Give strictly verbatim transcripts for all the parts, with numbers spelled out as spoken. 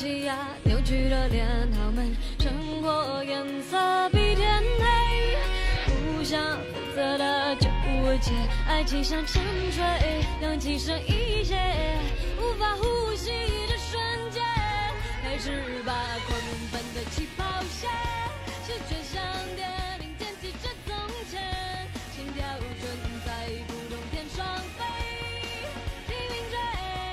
气压，扭曲的脸，他们生活颜色比天黑，互相负责的就无解，爱情像沉睡，氧气剩一些，无法呼吸的瞬间，开始把狂奔的起跑线，是全相点，并肩骑着从前，心跳准在不同天上飞，拼命追。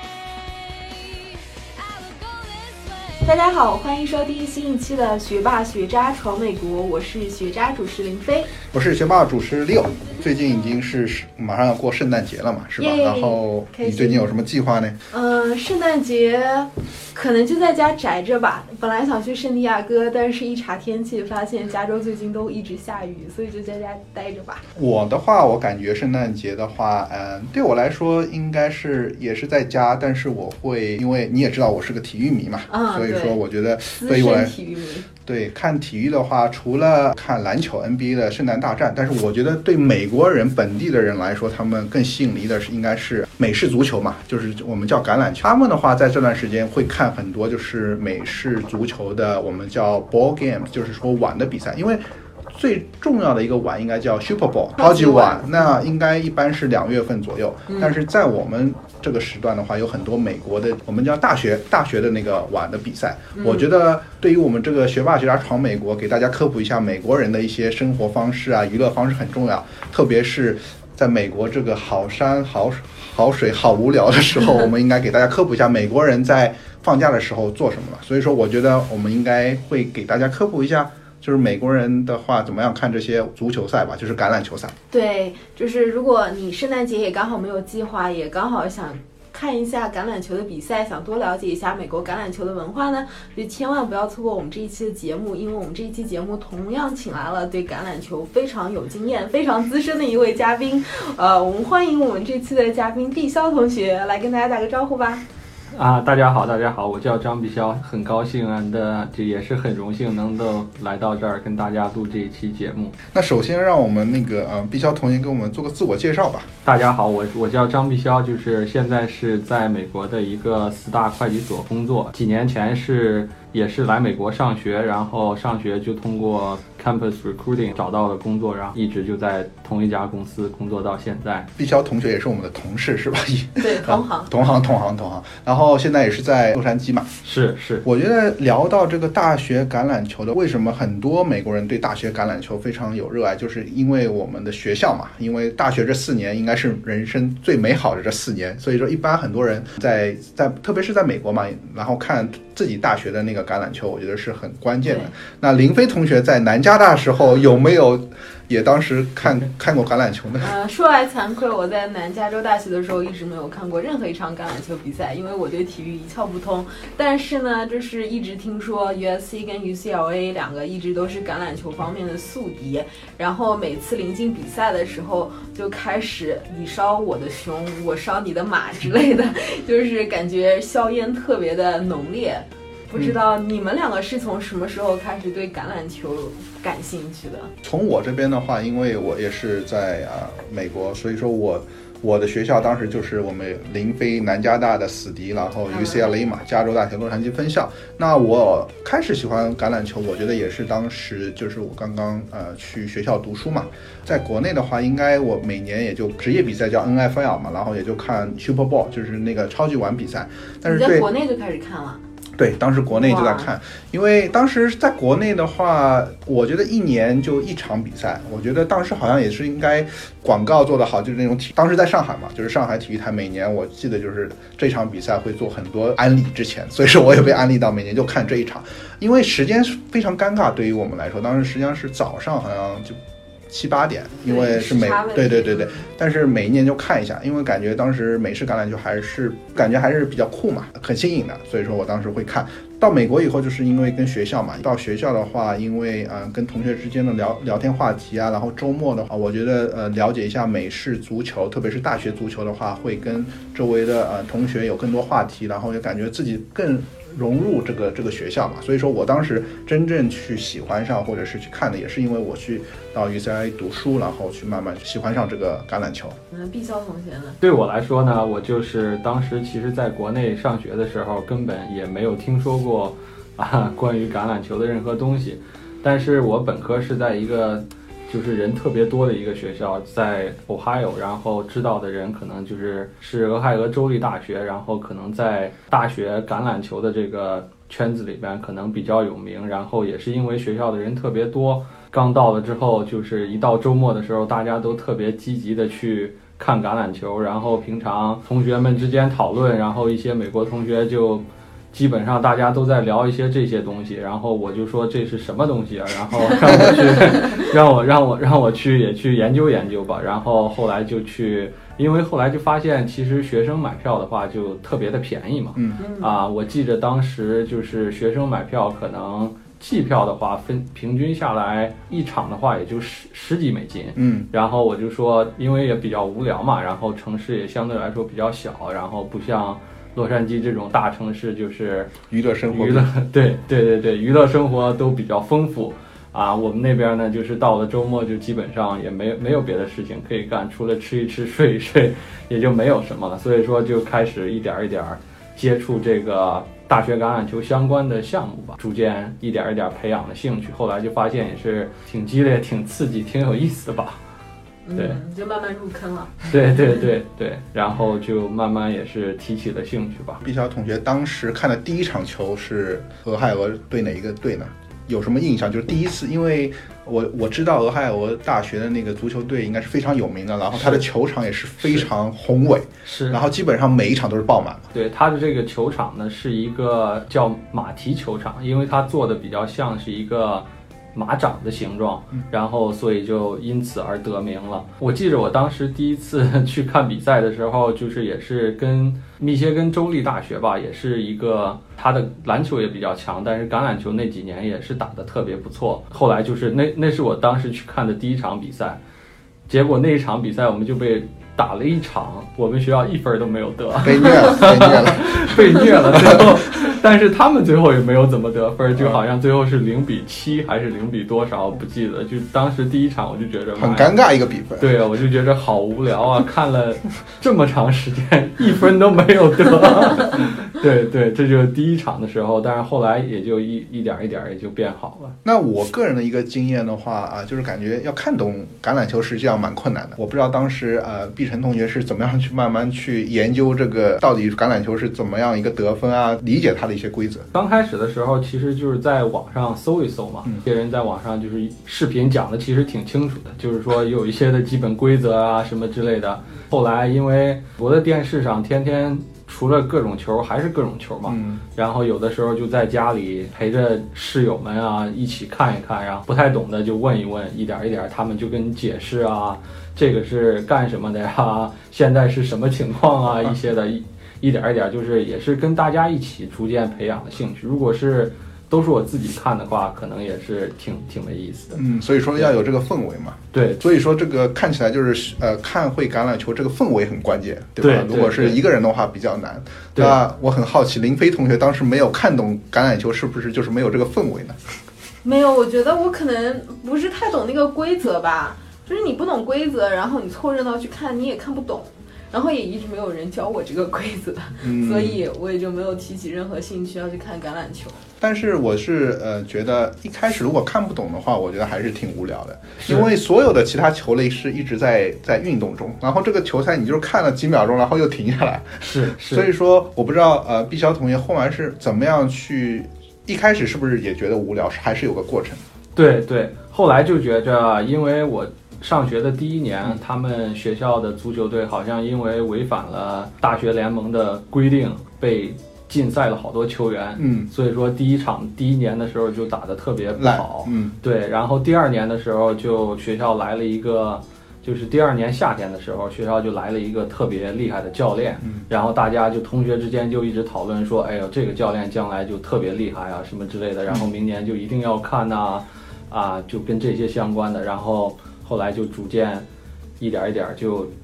大家好，欢迎收听新一期的学霸学渣闯美国，我是学渣主持林飞， 我是学霸主持六。最近已经是马上要过圣诞节了嘛，是吧？然后你最近有什么计划呢？ 嗯、呃，圣诞节可能就在家宅着吧。本来想去圣地亚哥，但是一查天气，发现加州最近都一直下雨，所以就在家待着吧。 我的话，我感觉圣诞节的话，嗯，对我来说应该是也是在家，但是我会，因为你也知道我是个体育迷嘛， 嗯、 所以说我觉得对我来体育迷。 对，看体育的话，除了看篮球 N B A 的圣诞大战，但是我觉得对美国人本地的人来说，他们更吸引力的是应该是美式足球嘛，就是我们叫橄榄球。他们的话在这段时间会看很多就是美式足球的我们叫 ball game， 就是说碗的比赛，因为最重要的一个碗应该叫 Super Bowl 超级碗，那应该一般是两月份左右、嗯、但是在我们这个时段的话，有很多美国的我们叫大学大学的那个碗的比赛、嗯、我觉得对于我们这个学霸学渣闯美国，给大家科普一下美国人的一些生活方式啊娱乐方式很重要，特别是在美国这个好山好好水好无聊的时候我们应该给大家科普一下美国人在放假的时候做什么了。所以说我觉得我们应该会给大家科普一下，就是美国人的话怎么样看这些足球赛吧，就是橄榄球赛。 对，就是如果你圣诞节也刚好没有计划，也刚好想看一下橄榄球的比赛，想多了解一下美国橄榄球的文化呢，就千万不要错过我们这一期的节目，因为我们这一期节目同样请来了对橄榄球非常有经验非常资深的一位嘉宾。呃，我们欢迎我们这期的嘉宾毕肖同学来跟大家打个招呼吧。 啊，大家好，大家好，我叫张毕肖，很高兴啊的，这也是很荣幸能够来到这儿跟大家录这一期节目。 那首先让我们那个呃毕肖同学给我们做个自我介绍吧。 大家好，我我叫张毕肖，就是现在是在美国的一个四大会计所工作，几年前是也是来美国上学，然后上学就通过 Campus Recruiting 找到了工作，然后一直就在同一家公司工作到现在。 毕肖同学也是我们的同事是吧？ 对，同行、 啊、同行同行同行。然后现在也是在洛杉矶嘛。 是是。 我觉得聊到这个大学橄榄球的，为什么很多美国人对大学橄榄球非常有热爱，就是因为我们的学校嘛，因为大学这四年应该是人生最美好的这四年，所以说一般很多人在在特别是在美国嘛，然后看自己大学的那个橄榄球，我觉得是很关键的。那林飞同学在南加大时候有没有也当时看看过橄榄球呢？ 呃，说来惭愧，我在南加州大学的时候一直没有看过任何一场橄榄球比赛，因为我对体育一窍不通。但是呢，就是一直听说 U S C 跟 U C L A 两个一直都是橄榄球方面的宿敌，然后每次临近比赛的时候就开始你烧我的熊，我烧你的马之类的，就是感觉硝烟特别的浓烈。不知道你们两个是从什么时候开始对橄榄球感兴趣的？ 从我这边的话，因为我也是在啊、呃、美国，所以说我我的学校当时就是我们林飞南加大的死敌，然后 U C L A 嘛，加州大学洛杉矶分校。那我开始喜欢橄榄球，我觉得也是当时就是我刚刚呃去学校读书嘛。在国内的话，应该我每年也就职业比赛叫 N F L 嘛，然后也就看 Super Bowl， 就是那个超级碗比赛。但是对你在国内就开始看了？ 对，当时国内就在看，因为当时在国内的话，我觉得一年就一场比赛，我觉得当时好像也是应该广告做得好，就是那种体，当时在上海嘛，就是上海体育台每年我记得就是这场比赛会做很多安利之前，所以说我也被安利到每年就看这一场，因为时间非常尴尬对于我们来说，当时实际上是早上好像就七八点，因为是美对对对对，但是每一年就看一下，因为感觉当时美式橄榄球还是感觉还是比较酷嘛，很新颖的，所以说我当时会看。到美国以后，就是因为跟学校嘛，到学校的话，因为呃跟同学之间的聊聊天话题啊，然后周末的话，我觉得呃了解一下美式足球，特别是大学足球的话，会跟周围的呃同学有更多话题，然后也感觉自己更融入这个这个学校嘛，所以说我当时真正去喜欢上或者是去看的，也是因为我去到 U C L A 读书，然后去慢慢喜欢上这个橄榄榄球。 嗯，毕肖同学呢？ 对我来说呢，我就是当时其实在国内上学的时候，根本也没有听说过啊关于橄榄球的任何东西。但是我本科是在一个就是人特别多的一个学校，在 Ohio， 然后知道的人可能就是是俄亥俄州立大学，然后可能在大学橄榄球的这个圈子里边可能比较有名，然后也是因为学校的人特别多，刚到了之后，就是一到周末的时候，大家都特别积极的去看橄榄球，然后平常同学们之间讨论，然后一些美国同学就基本上大家都在聊一些这些东西，然后我就说这是什么东西啊，然后让我去让我让我让我去也去研究研究吧，然后后来就去，因为后来就发现其实学生买票的话就特别的便宜嘛， 嗯啊，我记着当时就是学生买票可能季票的话分平均下来一场的话也就十十几美金， 嗯， 然后我就说因为也比较无聊嘛，然后城市也相对来说比较小，然后不像洛杉矶这种大城市，就是娱乐生活娱乐对对对对娱乐生活都比较丰富啊。我们那边呢，就是到了周末就基本上也没没有别的事情可以干，除了吃一吃睡一睡，也就没有什么了。所以说就开始一点一点接触这个大学橄榄球相关的项目吧，逐渐一点一点培养了兴趣。后来就发现也是挺激烈、挺刺激、挺有意思的吧。对， 嗯，就慢慢入坑了。 对对对对，然后就慢慢也是提起了兴趣吧。 毕肖同学当时看的第一场球是俄亥俄对哪一个队呢？有什么印象？就是第一次，因为我我知道俄亥俄大学的那个足球队应该是非常有名的，然后他的球场也是非常宏伟， 是， 然后基本上每一场都是爆满的。 对，他的这个球场呢是一个叫马蹄球场，因为它做的比较像是一个马掌的形状，然后所以就因此而得名了。我记着我当时第一次去看比赛的时候，就是也是跟密歇根州立大学吧，也是一个他的篮球也比较强，但是橄榄球那几年也是打得特别不错。后来就是那那是我当时去看的第一场比赛，结果那一场比赛我们就被打了一场，我们学校一分都没有得， 被虐了，被虐了， 被虐了。最后，但是他们最后也没有怎么得分，就好像最后是零比七还是零比多少，不记得。就当时第一场我就觉得很尴尬一个比分。 对啊，我就觉得好无聊啊，看了这么长时间，一分都没有得。对对，这就是第一场的时候，但是后来也就一一点一点也就变好了。 那我个人的一个经验的话啊，就是感觉要看懂橄榄球实际上蛮困难的。我不知道当时呃毕晨同学是怎么样去慢慢去研究这个到底橄榄球是怎么样一个得分啊，理解它的一些规则。 刚开始的时候，其实就是在网上搜一搜嘛，一些人在网上就是视频讲的其实挺清楚的，就是说有一些的基本规则啊什么之类的。后来因为我的电视上天天除了各种球还是各种球嘛， 嗯， 然后有的时候就在家里陪着室友们啊一起看一看，然后不太懂的就问一问，一点一点他们就跟你解释啊，这个是干什么的呀，现在是什么情况啊，一些的一一点一点就是也是跟大家一起逐渐培养的兴趣。如果是都是我自己看的话，可能也是挺挺没意思的。 嗯，所以说要有这个氛围嘛。 对， 所以说这个看起来就是呃，看会橄榄球这个氛围很关键，对吧？ 对， 如果是一个人的话比较难。 对， 那我很好奇，林飞同学当时没有看懂橄榄球，是不是就是没有这个氛围呢？ 没有，我觉得我可能不是太懂那个规则吧，就是你不懂规则，然后你凑热闹去看，你也看不懂。然后也一直没有人教我这个规则，嗯，所以我也就没有提起任何兴趣要去看橄榄球。 但是我是呃觉得一开始如果看不懂的话，我觉得还是挺无聊的，因为所有的其他球类是一直在在运动中，然后这个球赛你就是看了几秒钟，然后又停下来， 是是。 所以说我不知道呃毕肖同学后来是怎么样去，一开始是不是也觉得无聊，还是有个过程？ 对对，后来就觉着，因为我上学的第一年，他们学校的足球队好像因为违反了大学联盟的规定，被禁赛了好多球员。 嗯， 所以说第一场第一年的时候就打得特别不好。 嗯， 对。然后第二年的时候，就学校来了一个，就是第二年夏天的时候，学校就来了一个特别厉害的教练。 嗯， 然后大家就同学之间就一直讨论说，哎呦，这个教练将来就特别厉害啊，什么之类的。然后明年就一定要看呐、啊，啊，就跟这些相关的。然后后来就逐渐一点一点就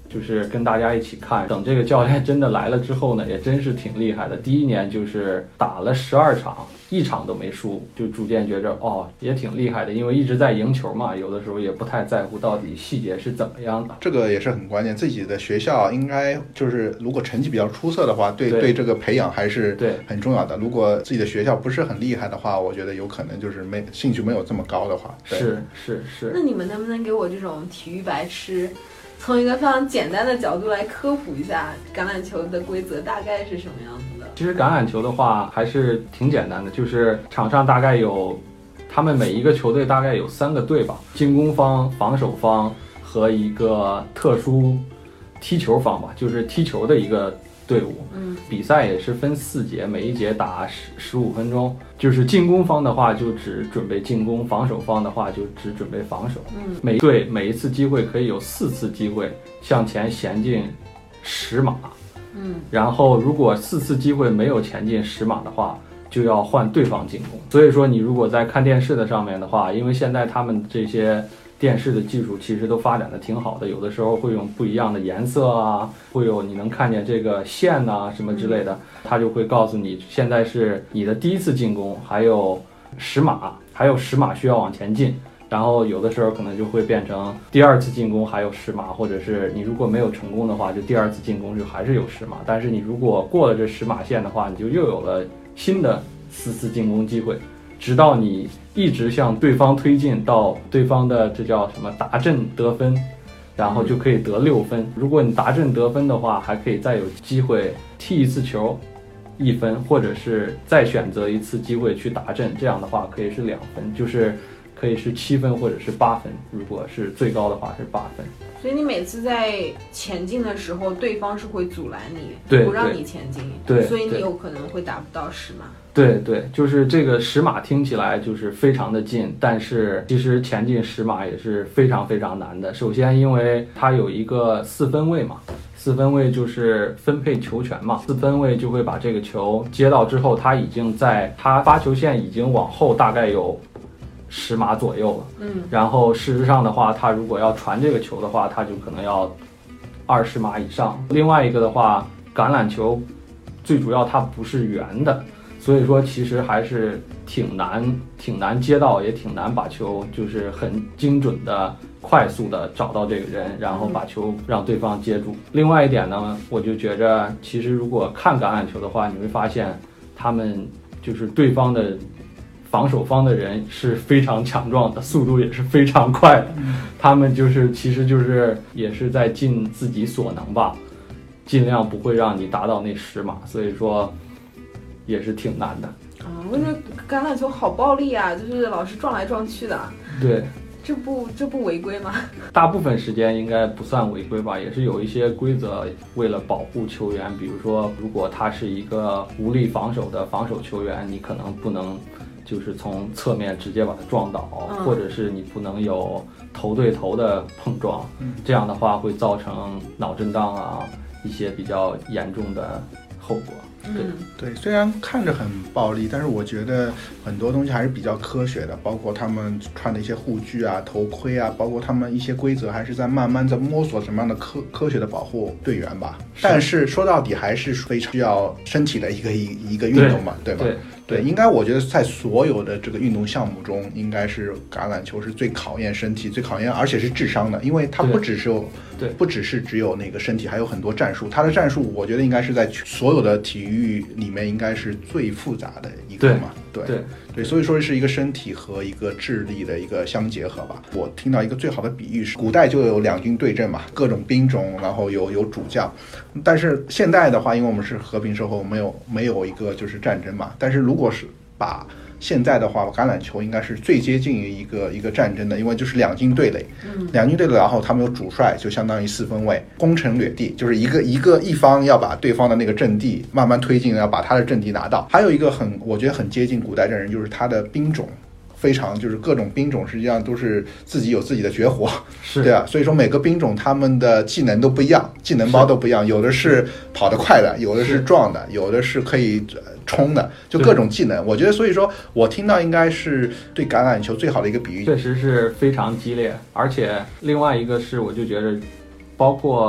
就是跟大家一起看。等这个教练真的来了之后呢，也真是挺厉害的。第一年就是打了十二场，一场都没输，就逐渐觉着哦也挺厉害的，因为一直在赢球嘛，有的时候也不太在乎到底细节是怎么样的。 这个也是很关键，自己的学校应该就是如果成绩比较出色的话，对对这个培养还是很重要的。如果自己的学校不是很厉害的话，我觉得有可能就是没兴趣没有这么高的话。 是是是。 那你们能不能给我这种体育白痴从一个非常简单的角度来科普一下橄榄球的规则大概是什么样子的？ 其实橄榄球的话还是挺简单的，就是场上大概有他们每一个球队大概有三个队吧，进攻方、防守方和一个特殊踢球方吧，就是踢球的一个队伍。 嗯， 比赛也是分四节，每一节打十十五分钟。就是进攻方的话就只准备进攻，防守方的话就只准备防守。 嗯， 每一队每一次机会可以有四次机会向前前进十码。 嗯， 然后如果四次机会没有前进十码的话，就要换对方进攻。所以说你如果在看电视的上面的话，因为现在他们这些电视的技术其实都发展的挺好的，有的时候会用不一样的颜色啊，会有你能看见这个线啊什么之类的，他就会告诉你现在是你的第一次进攻，还有十码，还有十码需要往前进。然后有的时候可能就会变成第二次进攻还有十码，或者是你如果没有成功的话，就第二次进攻就还是有十码。但是你如果过了这十码线的话，你就又有了新的四次进攻机会，直到你一直向对方推进到对方的这叫什么达阵得分，然后就可以得六分。如果你达阵得分的话，还可以再有机会踢一次球一分，或者是再选择一次机会去达阵，这样的话可以是两分，就是可以是七分或者是八分，如果是最高的话是八分。 所以你每次在前进的时候，对方是会阻拦你， 对， 不让你前进， 对， 所以你有可能会达不到十码。 对对，就是这个十码听起来就是非常的近，但是其实前进十码也是非常非常难的。首先因为它有一个四分卫嘛，四分卫就是分配球权嘛，四分卫就会把这个球接到之后，他已经在他发球线已经往后大概有十码左右了。 嗯， 然后事实上的话，他如果要传这个球的话，他就可能要二十码以上。另外一个的话，橄榄球最主要它不是圆的，所以说其实还是挺难挺难接到，也挺难把球就是很精准的快速的找到这个人，然后把球让对方接住。另外一点呢，我就觉着其实如果看橄榄球的话，你会发现他们就是对方的防守方的人是非常强壮的，速度也是非常快的，他们就是其实就是也是在尽自己所能吧，尽量不会让你达到那十码，所以说也是挺难的。 啊，我觉得橄榄球好暴力啊，就是老是撞来撞去的。 对， 这不这不违规吗？ 大部分时间应该不算违规吧，也是有一些规则为了保护球员，比如说如果他是一个无力防守的防守球员，你可能不能就是从侧面直接把他撞倒， 嗯、 或者是你不能有头对头的碰撞， 嗯、 这样的话会造成脑震荡啊，一些比较严重的后果。对、 嗯、 对，虽然看着很暴力，但是我觉得很多东西还是比较科学的，包括他们穿的一些护具啊、头盔啊，包括他们一些规则，还是在慢慢在摸索什么样的科科学的保护队员吧。但是说到底还是非常需要身体的一个一一个运动嘛，对吧？ 对对，应该我觉得在所有的这个运动项目中，应该是橄榄球是最考验身体、最考验，而且是智商的，因为它不只是有， 对， 不只是只有那个身体，还有很多战术。它的战术，我觉得应该是在所有的体育里面应该是最复杂的一个嘛。对对 对, 对，所以说是一个身体和一个智力的一个相结合吧。我听到一个最好的比喻是，古代就有两军对阵嘛，各种兵种，然后有有主将。但是现代的话，因为我们是和平社会，没有没有一个就是战争嘛。但是如果是把现在的话，橄榄球应该是最接近于一个一个战争的，因为就是两军对垒， 嗯， 两军对垒，然后他们有主帅，就相当于四分卫，攻城掠地，就是一个一个一方要把对方的那个阵地慢慢推进，要把他的阵地拿到。还有一个很，我觉得很接近古代战争，就是他的兵种。非常就是各种兵种实际上都是自己有自己的绝活， 是对啊，所以说每个兵种他们的技能都不一样，技能包都不一样，有的是跑得快的，有的是撞的，有的是可以冲的，就各种技能。我觉得所以说我听到应该是对橄榄球最好的一个比喻， 确实是非常激烈。而且另外一个是我就觉得包括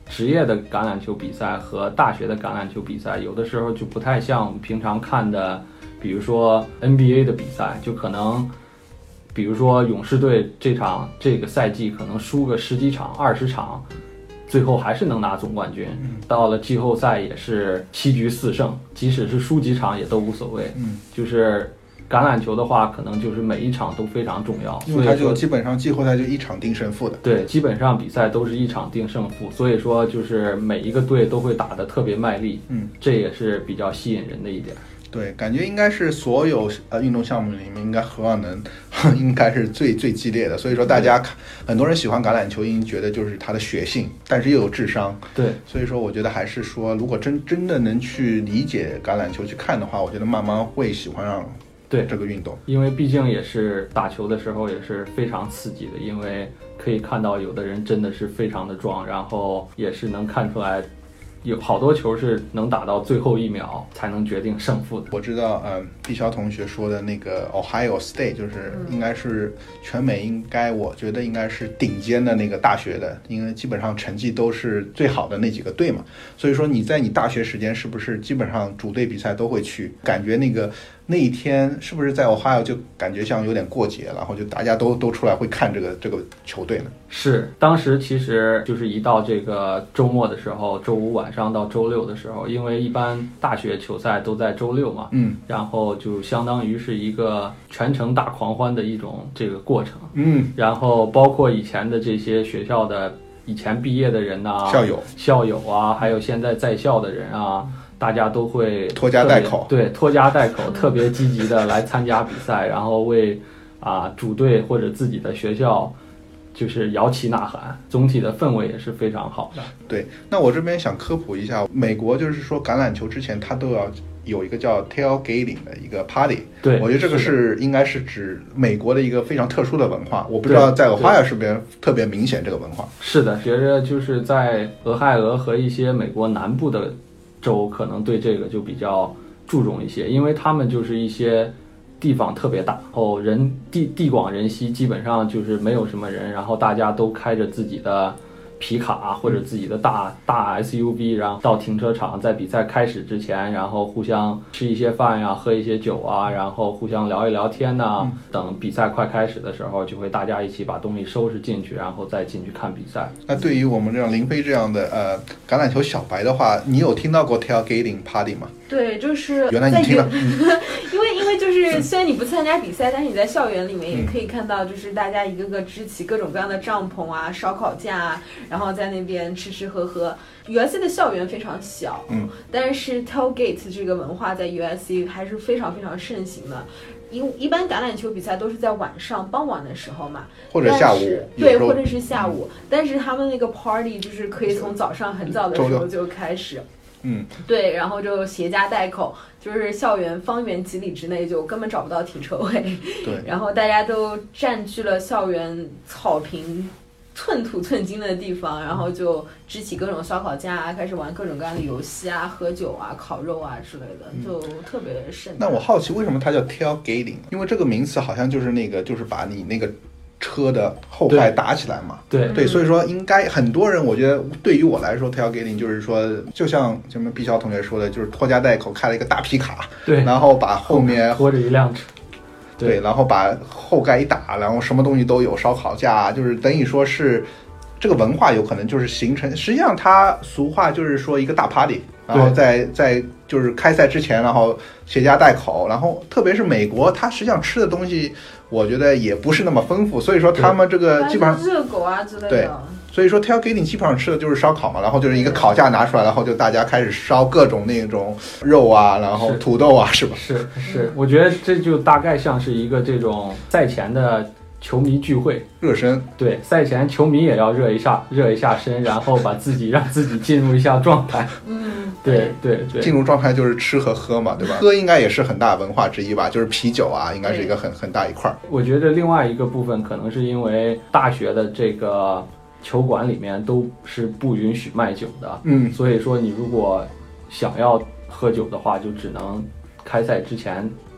职业的橄榄球比赛和大学的橄榄球比赛，有的时候就不太像我们平常看的，比如说 N B A 的比赛，就可能，比如说勇士队这场这个赛季可能输个十几场、二十场，最后还是能拿总冠军。到了季后赛也是七局四胜，即使是输几场也都无所谓。 嗯， 就是橄榄球的话，可能就是每一场都非常重要， 因为它就基本上季后赛就一场定胜负的。 对，基本上比赛都是一场定胜负，所以说就是每一个队都会打得特别卖力， 嗯， 这也是比较吸引人的一点。 对，感觉应该是所有呃运动项目里面，应该荷兰人应该是最最激烈的。所以说大家看，很多人喜欢橄榄球，因为觉得就是它的血性，但是又有智商。 对， 所以说我觉得还是说，如果真真的能去理解橄榄球去看的话，我觉得慢慢会喜欢上对这个运动。 因为毕竟也是打球的时候也是非常刺激的，因为可以看到有的人真的是非常的壮，然后也是能看出来。有好多球是能打到最后一秒才能决定胜负的。 我知道，嗯，毕肖同学说的那个 Ohio State 就是应该是全美应该，我觉得应该是顶尖的那个大学的，因为基本上成绩都是最好的那几个队嘛。所以说你在你大学时间是不是基本上主队比赛都会去？感觉那个那一天是不是在 Ohio 就感觉像有点过节，然后就大家都都出来会看这个这个球队呢？ 是，当时其实就是一到这个周末的时候，周五晚上到周六的时候，因为一般大学球赛都在周六嘛， 嗯， 然后就相当于是一个全程大狂欢的一种这个过程， 嗯， 然后包括以前的这些学校的以前毕业的人呐、 校友校友啊，还有现在在校的人啊。大家都会拖家带口， 对，拖家带口，特别积极的来参加比赛，然后为啊主队或者自己的学校就是摇旗呐喊，总体的氛围也是非常好的。 对，那我这边想科普一下，美国就是说橄榄球之前它都要有一个叫 tailgating 的一个 party， 对， 我觉得这个是应该是指美国的一个非常特殊的文化，我不知道在俄亥俄是不是特别明显这个文化。 是的，觉着就是在俄亥俄和一些美国南部的州可能对这个就比较注重一些，因为他们就是一些地方特别大，然后人地地广人稀，基本上就是没有什么人，然后大家都开着自己的皮卡或者自己的大大 S U V， 然后到停车场，在比赛开始之前，然后互相吃一些饭呀，喝一些酒啊，然后互相聊一聊天呐、嗯。等比赛快开始的时候，就会大家一起把东西收拾进去，然后再进去看比赛。 那对于我们这样林飞这样的呃橄榄球小白的话，你有听到过 tailgating party 吗？ 对，就是原来你听了， 因为因为就是虽然你不参加比赛，但是你在校园里面也可以看到，就是大家一个个支起各种各样的帐篷啊、烧烤架啊，然后在那边吃吃喝喝。U S C 的校园非常小， 嗯， 但是 tailgate 这个文化在 U S C 还是非常非常盛行的。一一般橄榄球比赛都是在晚上傍晚的时候嘛， 或者下午， 对，或者是下午。但是他们那个 party 就是可以从早上很早的时候就开始。 嗯， 对，然后就携家带口，就是校园方圆几里之内就根本找不到停车位， 对， 然后大家都占据了校园草坪寸土寸金的地方，然后就支起各种烧烤架啊，开始玩各种各样的游戏啊、喝酒啊、烤肉啊之类的，就特别盛大。 那我好奇为什么它叫 tailgating？ 因为这个名词好像就是那个，就是把你那个车的后排打起来嘛， 对对，所以说应该很多人，我觉得对于我来说 tailgating 就是说，就像什么毕肖同学说的，就是拖家带口开了一个大皮卡， 对， 然后把后面拖着一辆车， 对，对，然后把后盖一打，然后什么东西都有，烧烤架，就是等于说是这个文化有可能就是形成，实际上它俗话就是说一个大 party， 然后在在就是开赛之前，然后携家带口，然后特别是美国，它实际上吃的东西。我觉得也不是那么丰富，所以说他们这个基本上热狗啊之类的。 对，所以说 tailgating 基本上吃的就是烧烤嘛，然后就是一个烤架拿出来，然后就大家开始烧各种那种肉啊，然后土豆啊，是吧？ 是是，我觉得这就大概像是一个这种赛前的球迷聚会， 热身。 对，赛前球迷也要热一下，热一下身，然后把自己让自己进入一下状态。 嗯， 对对对， 进入状态就是吃和喝嘛，对吧？喝应该也是很大文化之一吧，就是啤酒啊，应该是一个很很大一块。 我觉得另外一个部分可能是因为大学的这个球馆里面都是不允许卖酒的， 嗯， 所以说你如果想要喝酒的话，就只能开赛之前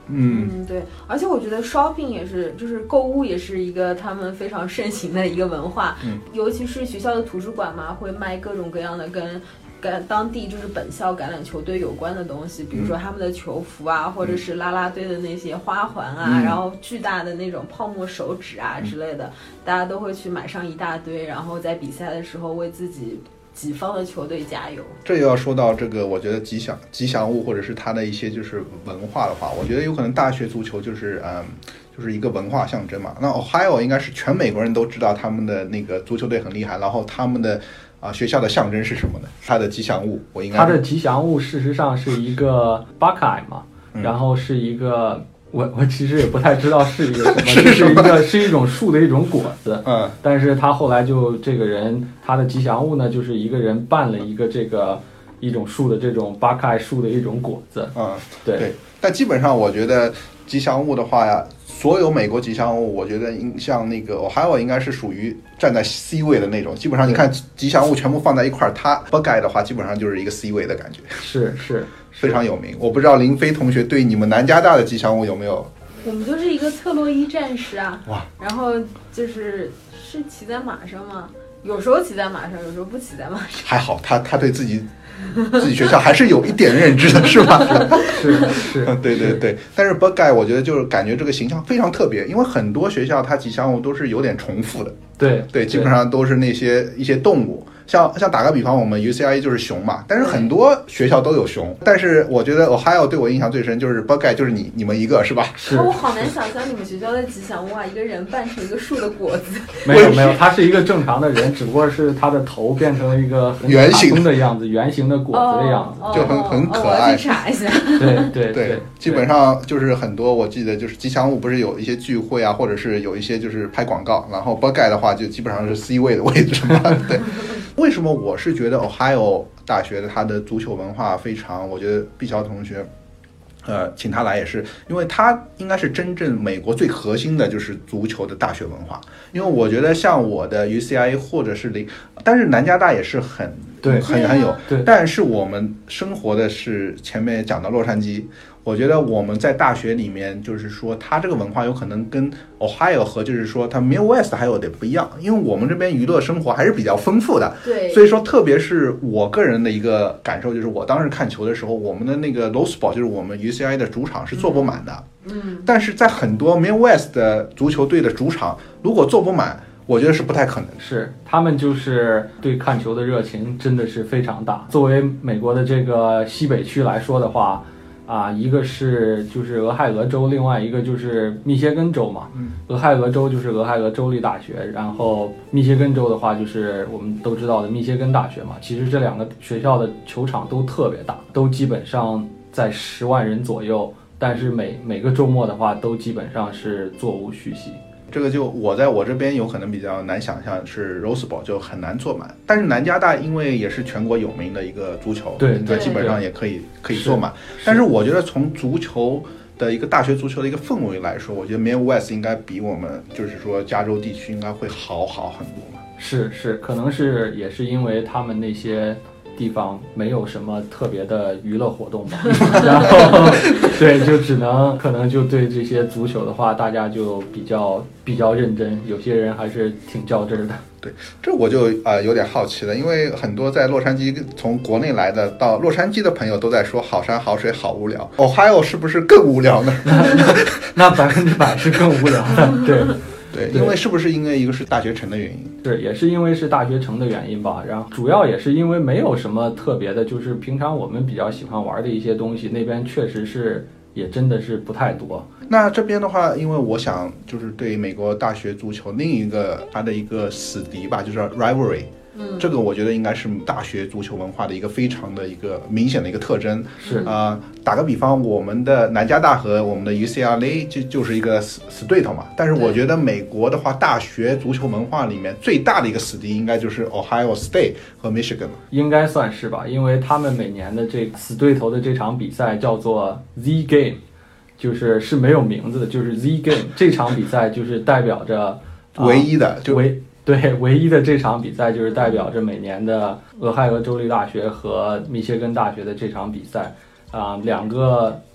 嗯嗯，对，而且我觉得 shopping 也是，就是购物也是一个他们非常盛行的一个文化， 嗯， 尤其是学校的图书馆嘛，会卖各种各样的跟跟当地就是本校橄榄球队有关的东西，比如说他们的球服啊， 嗯、 或者是啦啦队的那些花环啊， 嗯、 然后巨大的那种泡沫手指啊之类的，嗯、大家都会去买上一大堆，然后在比赛的时候为自己己方的球队加油。 这又要说到这个，我觉得吉祥吉祥物或者是它的一些就是文化的话，我觉得有可能大学足球就是嗯，就是一个文化象征嘛。那 Ohio 应该是全美国人都知道他们的那个足球队很厉害，然后他们的啊、呃、学校的象征是什么呢？它的吉祥物，我应该它的吉祥物事实上是一个 Buckeye 嘛， 嗯、 然后是一个。我我其实也不太知道是一个什么，是一个是一种树的一种果子， 嗯， 但是他后来就这个人他的吉祥物呢，就是一个人扮了一个这个一种树的这种巴克树的一种果子， 嗯， 对对，但基本上我觉得吉祥物的话呀，所有美国吉祥物，我觉得像那个 Ohio 应该是属于站在 C 位的那种，基本上你看吉祥物全部放在一块儿，它 Buckeye 的话基本上就是一个 C 位的感觉， 是是。 非常有名。我不知道林飞同学对你们南加大的吉祥物有没有？ 我们就是一个特洛伊战士啊， 哇！ 然后就是是骑在马上吗？有时候骑在马上，有时候不骑在马上。 还好，他他对自己自己学校还是有一点认知的，是吧？ 是是， 对对对。但是 Buckeye 我觉得就是感觉这个形象非常特别，因为很多学校它吉祥物都是有点重复的。 对对，基本上都是那些一些动物。像像打个比方，我们 U C I A 就是熊嘛，但是很多学校都有熊。但是我觉得 Ohio 对我印象最深就是 Buckeye 就是你你们一个是吧？ 是。 我好难想象你们学校的吉祥物啊，一个人扮成一个树的果子。 没有没有，他是一个正常的人，只不过是他的头变成了一个很圆形的样子，圆形的果子的样子， 哦、 就很很可爱。 我要去查一下。 对对对, 对，基本上就是很多，我记得就是吉祥物不是有一些聚会啊，或者是有一些就是拍广告，然后 Buckeye 的话就基本上是 C 位的位置嘛。对。为什么我是觉得 Ohio 大学的它的足球文化非常，我觉得毕乔同学，呃，请他来也是，因为他应该是真正美国最核心的就是足球的大学文化。因为我觉得像我的 U C I A 或者是林，但是南加大也是很对很很有， 对， 但是我们生活的是前面讲到洛杉矶。我觉得我们在大学里面，就是说，它这个文化有可能跟 Ohio 和就是说它 Midwest 还有点不一样，因为我们这边娱乐生活还是比较丰富的。 对， 所以说，特别是我个人的一个感受，就是我当时看球的时候，我们的那个 Rose Bowl 就是我们 U C I 的主场是坐不满的。 嗯， 但是在很多 Midwest 的足球队的主场，如果坐不满，我觉得是不太可能。 是，他们就是对看球的热情真的是非常大。作为美国的这个西北区来说的话，啊，一个是就是俄亥俄州，另外一个就是密歇根州嘛。 嗯， 俄亥俄州就是俄亥俄州立大学，然后密歇根州的话就是我们都知道的密歇根大学嘛。其实这两个学校的球场都特别大，都基本上在十万人左右，但是每每个周末的话都基本上是座无虚席。 这个就我在我这边有可能比较难想象，是 Rose Bowl 就很难坐满，但是南加大因为也是全国有名的一个足球， 对， 它基本上也可以可以坐满。但是我觉得从足球的一个大学足球的一个氛围来说，我觉得 Midwest 应该比我们就是说加州地区应该会好好很多嘛。 是是，可能是也是因为他们那些地方没有什么特别的娱乐活动吧，然后对，就只能可能就对这些足球的话，大家就比较比较认真，有些人还是挺较真的。 对，这我就呃有点好奇了，因为很多在洛杉矶从国内来的到洛杉矶的朋友都在说好山好水好无聊 ，Ohio 是不是更无聊呢？ 那百分之百是更无聊的，对。 对，因为是不是因为一个是大学城的原因？ 是，也是因为是大学城的原因吧。然后主要也是因为没有什么特别的，就是平常我们比较喜欢玩的一些东西，那边确实是也真的是不太多。 那这边的话，因为我想就是对美国大学足球另一个它的一个死敌吧，就是 rivalry。嗯，这个我觉得应该是大学足球文化的一个非常的一个明显的一个特征。 是啊、呃，打个比方，我们的南加大和我们的 U C L A 就就是一个死死对头嘛。但是我觉得美国的话，大学足球文化里面最大的一个死敌应该就是 Ohio State 和 Michigan 了。 应该算是吧，因为他们每年的这死对头的这场比赛叫做 Z Game， 就是是没有名字的，就是 Z Game 这场比赛就是代表着、 呃、唯一的，就唯。对，唯一的这场比赛就是代表着每年的俄亥俄州立大学和密歇根大学的这场比赛啊、呃，两个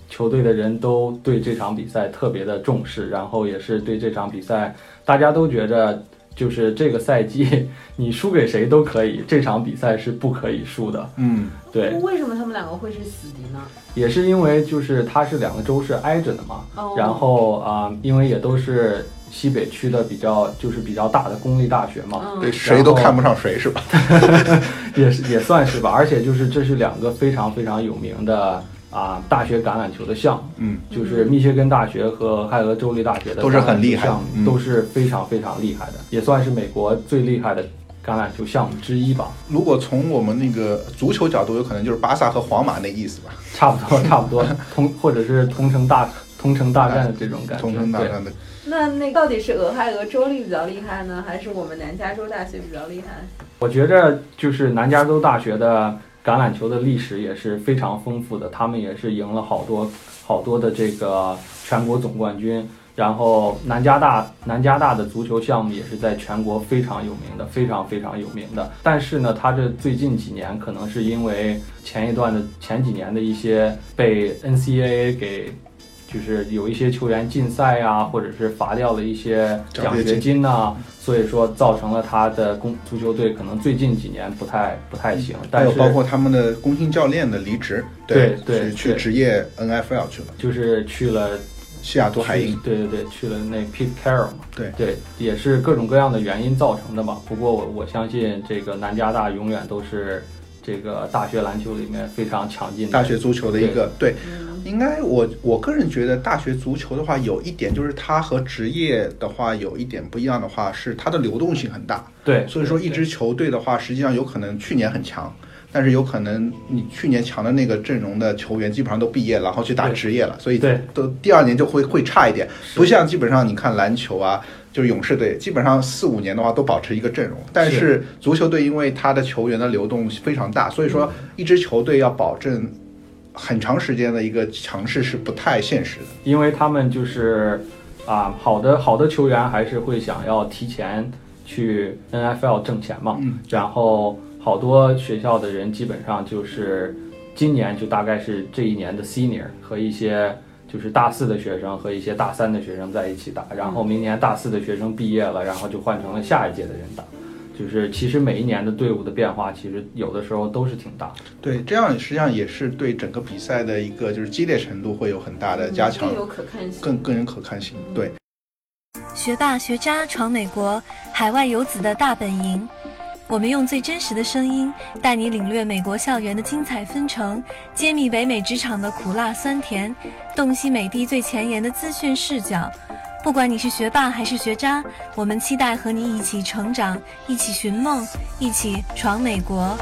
球队的人都对这场比赛特别的重视，然后也是对这场比赛大家都觉着就是这个赛季你输给谁都可以，这场比赛是不可以输的。 嗯， 对。 为什么他们两个会是死敌呢？ 也是因为就是它是两个州是挨着的嘛， 哦、 然后啊、呃，因为也都是西北区的比较就是比较大的公立大学嘛， 嗯、 对，谁都看不上谁是吧？ 也是也算是吧，而且就是这是两个非常非常有名的啊大学橄榄球的项目， 嗯， 就是密歇根大学和俄亥俄州立大学的都是很厉害， 嗯、都是非常非常厉害的，也算是美国最厉害的橄榄球项目之一吧。 如果从我们那个足球角度，有可能就是巴萨和皇马那意思吧。 差不多，差不多，同或者是同城大同城大战的这种感觉。 同城大战的。 那那到底是俄亥俄州立比较厉害呢，还是我们南加州大学比较厉害？ 我觉着就是南加州大学的橄榄球的历史也是非常丰富的，他们也是赢了好多好多的这个全国总冠军。然后南加大南加大的足球项目也是在全国非常有名的，非常非常有名的。但是呢，他这最近几年可能是因为前一段的前几年的一些被 N C A A 给就是有一些球员禁赛啊，或者是罚掉了一些奖学金呐、啊，所以说造成了他的公足球队可能最近几年不太不太行。但是还有包括他们的工薪教练的离职， 对对， 去职业 N F L 去了， 就是去了。 西雅图海鹰， 对对对，去了那 Pete Carroll 嘛， 对对，也是各种各样的原因造成的吧。不过我我相信这个南加大永远都是这个大学篮球里面非常强劲的大学足球的一个 对, 对、 嗯， 应该我我个人觉得大学足球的话有一点就是它和职业的话有一点不一样的话是它的流动性很大， 对， 所以说一支球队的话实际上有可能去年很强。但是有可能你去年强的那个阵容的球员基本上都毕业了，然后去打职业了，所以都第二年就会会差一点。不像基本上你看篮球啊，就是勇士队，基本上四五年的话都保持一个阵容。但是足球队因为它的球员的流动非常大，所以说一支球队要保证很长时间的一个强势是不太现实的。 因为他们就是啊，好的好的球员还是会想要提前去 N F L 挣钱嘛， 嗯， 然后。好多学校的人基本上就是今年就大概是这一年的 senior 和一些就是大四的学生和一些大三的学生在一起打，然后明年大四的学生毕业了，然后就换成了下一届的人打。就是其实每一年的队伍的变化其实有的时候都是挺大的。 对，这样实际上也是对整个比赛的一个就是激烈程度会有很大的加强， 更有可看性， 更更有可看性。对， 学霸学渣闯美国，海外游子的大本营。我们用最真实的声音带你领略美国校园的精彩纷呈，揭秘北美职场的苦辣酸甜，洞悉美帝最前沿的资讯视角。不管你是学霸还是学渣，我们期待和你一起成长，一起寻梦，一起闯美国。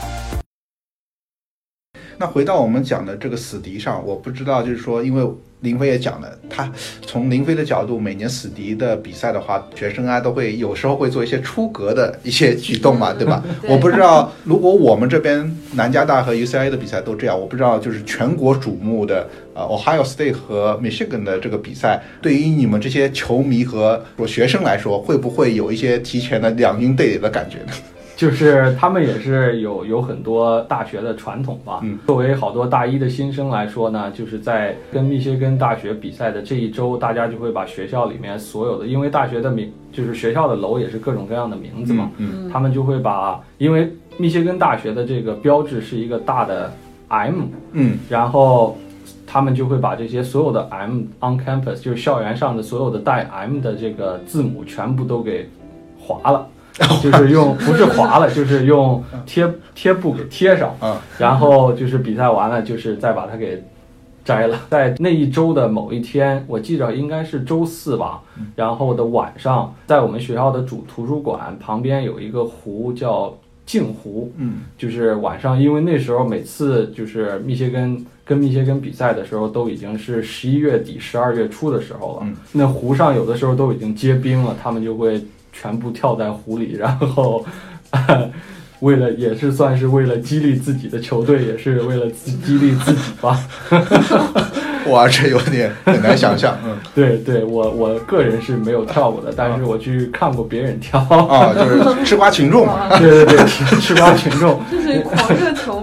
那回到我们讲的这个死敌上，我不知道就是说，因为林飞也讲了，他从林飞的角度，每年死敌的比赛的话，学生啊都会有时候会做一些出格的一些举动嘛，对吧？ 对， 我不知道如果我们这边南加大和 U C L A 的比赛都这样，我不知道就是全国瞩目的呃 Ohio State 和 Michigan 的这个比赛，对于你们这些球迷和学生来说，会不会有一些提前的两军对垒的感觉呢？ 就是他们也是有有很多大学的传统吧。 嗯， 作为好多大一的新生来说呢，就是在跟密歇根大学比赛的这一周，大家就会把学校里面所有的，因为大学的名就是学校的楼也是各种各样的名字嘛， 嗯， 嗯他们就会把，因为密歇根大学的这个标志是一个大的 M， 嗯， 然后他们就会把这些所有的 M on campus， 就是校园上的所有的带 M 的这个字母全部都给划了。就是用不是划了，就是用贴贴布给贴上， 嗯， 然后就是比赛完了，就是再把它给摘了。在那一周的某一天，我记着应该是周四吧，然后的晚上，在我们学校的主图书馆旁边有一个湖叫镜湖， 嗯， 就是晚上，因为那时候每次就是密歇根跟密歇根比赛的时候，都已经是十一月底、十二月初的时候了， 嗯， 那湖上有的时候都已经结冰了，他们就会全部跳在湖里，然后为了也是算是为了激励自己的球队，也是为了激励自己吧。 哇，这有点很难想象。嗯， 对对，我我个人是没有跳过的，但是我去看过别人跳。 啊，就是吃瓜群众嘛。 对对对，吃瓜群众， 这是狂热球迷。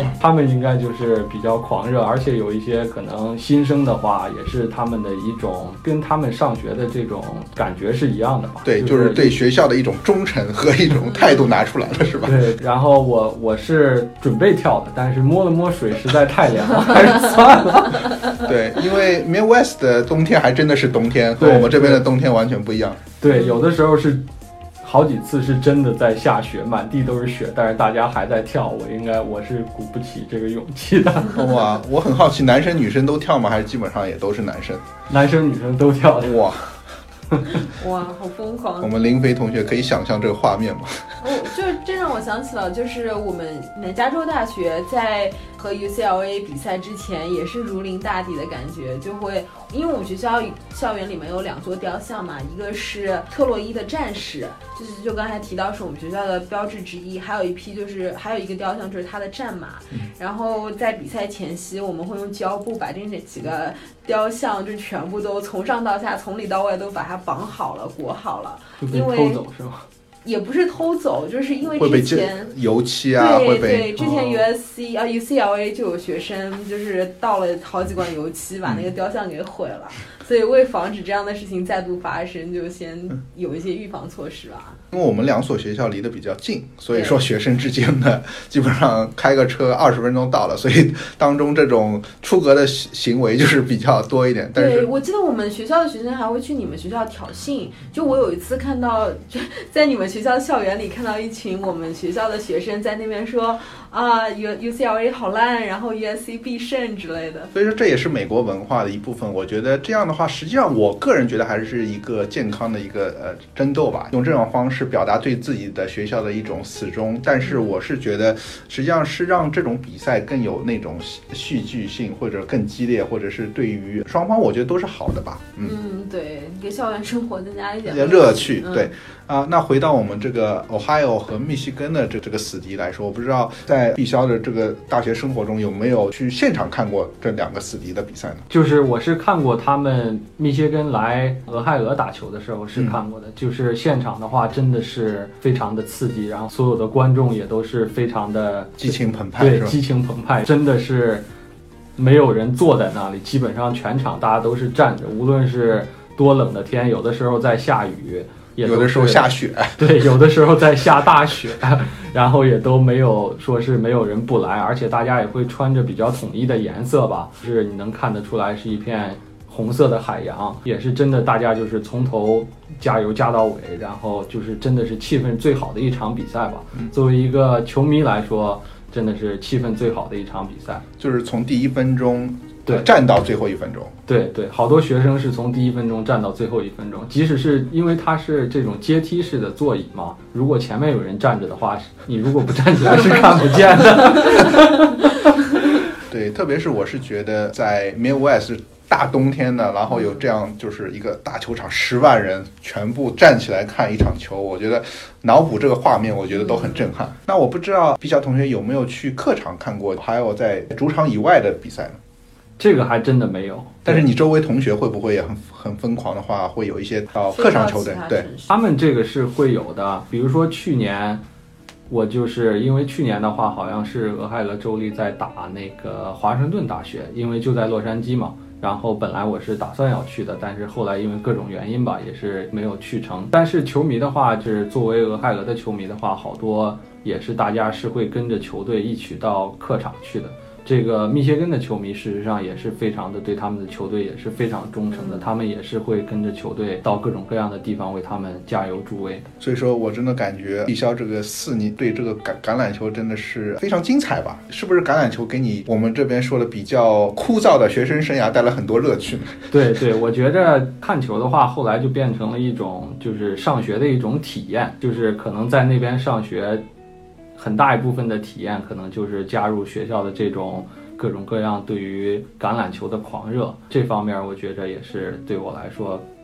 他们应该就是比较狂热，而且有一些可能新生的话，也是他们的一种跟他们上学的这种感觉是一样的吧？ 对，就是、就是对学校的一种忠诚和一种态度拿出来了，是吧？ 对。然后我我是准备跳的，但是摸了摸水，实在太凉了，还是算了。 对，因为 Midwest 的冬天还真的是冬天，和我们这边的冬天完全不一样。 对，有的时候是。好几次是真的在下雪，满地都是雪，但是大家还在跳，我应该我是鼓不起这个勇气的。 哇，我很好奇，男生女生都跳吗？还是基本上也都是男生？ 男生女生都跳的。 哇哇，好疯狂！ 我们林飞同学可以想象这个画面吗？ 哦，就这让我想起了，就是我们南加州大学在和 U C L A 比赛之前也是如临大敌的感觉，就会因为我们学校校园里面有两座雕像嘛，一个是特洛伊的战士，就是就刚才提到是我们学校的标志之一，还有一批就是还有一个雕像就是他的战马，然后在比赛前夕我们会用胶布把这几个雕像就全部都从上到下从里到外都把它绑好了裹好了， 因为偷走是吗？ 也不是偷走，就是因为之前油漆啊， 对会被对，之前 U S C、哦、啊 U C L A 就有学生就是倒了好几罐油漆，把那个雕像给毁了。嗯，所以为防止这样的事情再度发生，就先有一些预防措施吧。 因为我们两所学校离得比较近，所以说学生之间呢，基本上开个车二十分钟到了，所以当中这种出格的行为就是比较多一点。但是对，我记得我们学校的学生还会去你们学校挑衅，就我有一次看到，就在你们学校校园里看到一群我们学校的学生在那边说啊 U U C L A 好烂，然后 U S C 必胜之类的。 所以说这也是美国文化的一部分。我觉得这样的话，实际上我个人觉得还是一个健康的一个呃争斗吧，用这种方式表达对自己的学校的一种死忠。但是我是觉得实际上是让这种比赛更有那种戏剧性，或者更激烈，或者是对于双方我觉得都是好的吧。 嗯, 嗯对，给校园生活增加一点乐趣。 嗯、 对啊、呃，那回到我们这个 Ohio 和密西根的这这个死敌来说，我不知道在必修的这个大学生活中有没有去现场看过这两个死敌的比赛呢？ 就是我是看过他们密歇根来俄亥俄打球的时候是看过的、嗯、就是现场的话真的是非常的刺激，然后所有的观众也都是非常的激情澎湃， 对，激情澎湃，真的是没有人坐在那里，基本上全场大家都是站着，无论是多冷的天，有的时候在下雨，也有的时候下雪， 对，有的时候在下大雪，然后也都没有说是没有人不来，而且大家也会穿着比较统一的颜色吧，就是你能看得出来是一片红色的海洋，也是真的大家就是从头加油加到尾，然后就是真的是气氛最好的一场比赛吧。 嗯、 作为一个球迷来说，真的是气氛最好的一场比赛， 就是从第一分钟对、呃、 站到最后一分钟。 对对，好多学生是从第一分钟站到最后一分钟，即使是因为它是这种阶梯式的座椅嘛，如果前面有人站着的话，你如果不站起来是看不见的。 对，特别是我是觉得在 Midwest 大冬天的，然后有这样就是一个大球场，十万人全部站起来看一场球，我觉得脑补这个画面，我觉得都很震撼。嗯、那我不知道毕晓同学有没有去客场看过，还有在主场以外的比赛呢？ 这个还真的没有。 但是你周围同学会不会也很很疯狂的话，会有一些到客场球队？对， 他们这个是会有的。比如说去年，我就是因为去年的话，好像是俄亥俄州立在打那个华盛顿大学，因为就在洛杉矶嘛。然后本来我是打算要去的，但是后来因为各种原因吧，也是没有去成。但是球迷的话，就是作为俄亥俄的球迷的话，好多也是大家是会跟着球队一起到客场去的。这个密歇根的球迷事实上也是非常的对他们的球队也是非常忠诚的，他们也是会跟着球队到各种各样的地方为他们加油助威。 所以说我真的感觉必修这个四年对这个橄橄榄球真的是非常精彩吧？是不是橄榄球给你我们这边说的比较枯燥的学生生涯带来很多乐趣呢？ 对对，我觉着看球的话，后来就变成了一种就是上学的一种体验，就是可能在那边上学。很大一部分的体验可能就是加入学校的这种各种各样对于橄榄球的狂热，这方面我觉着也是对我来说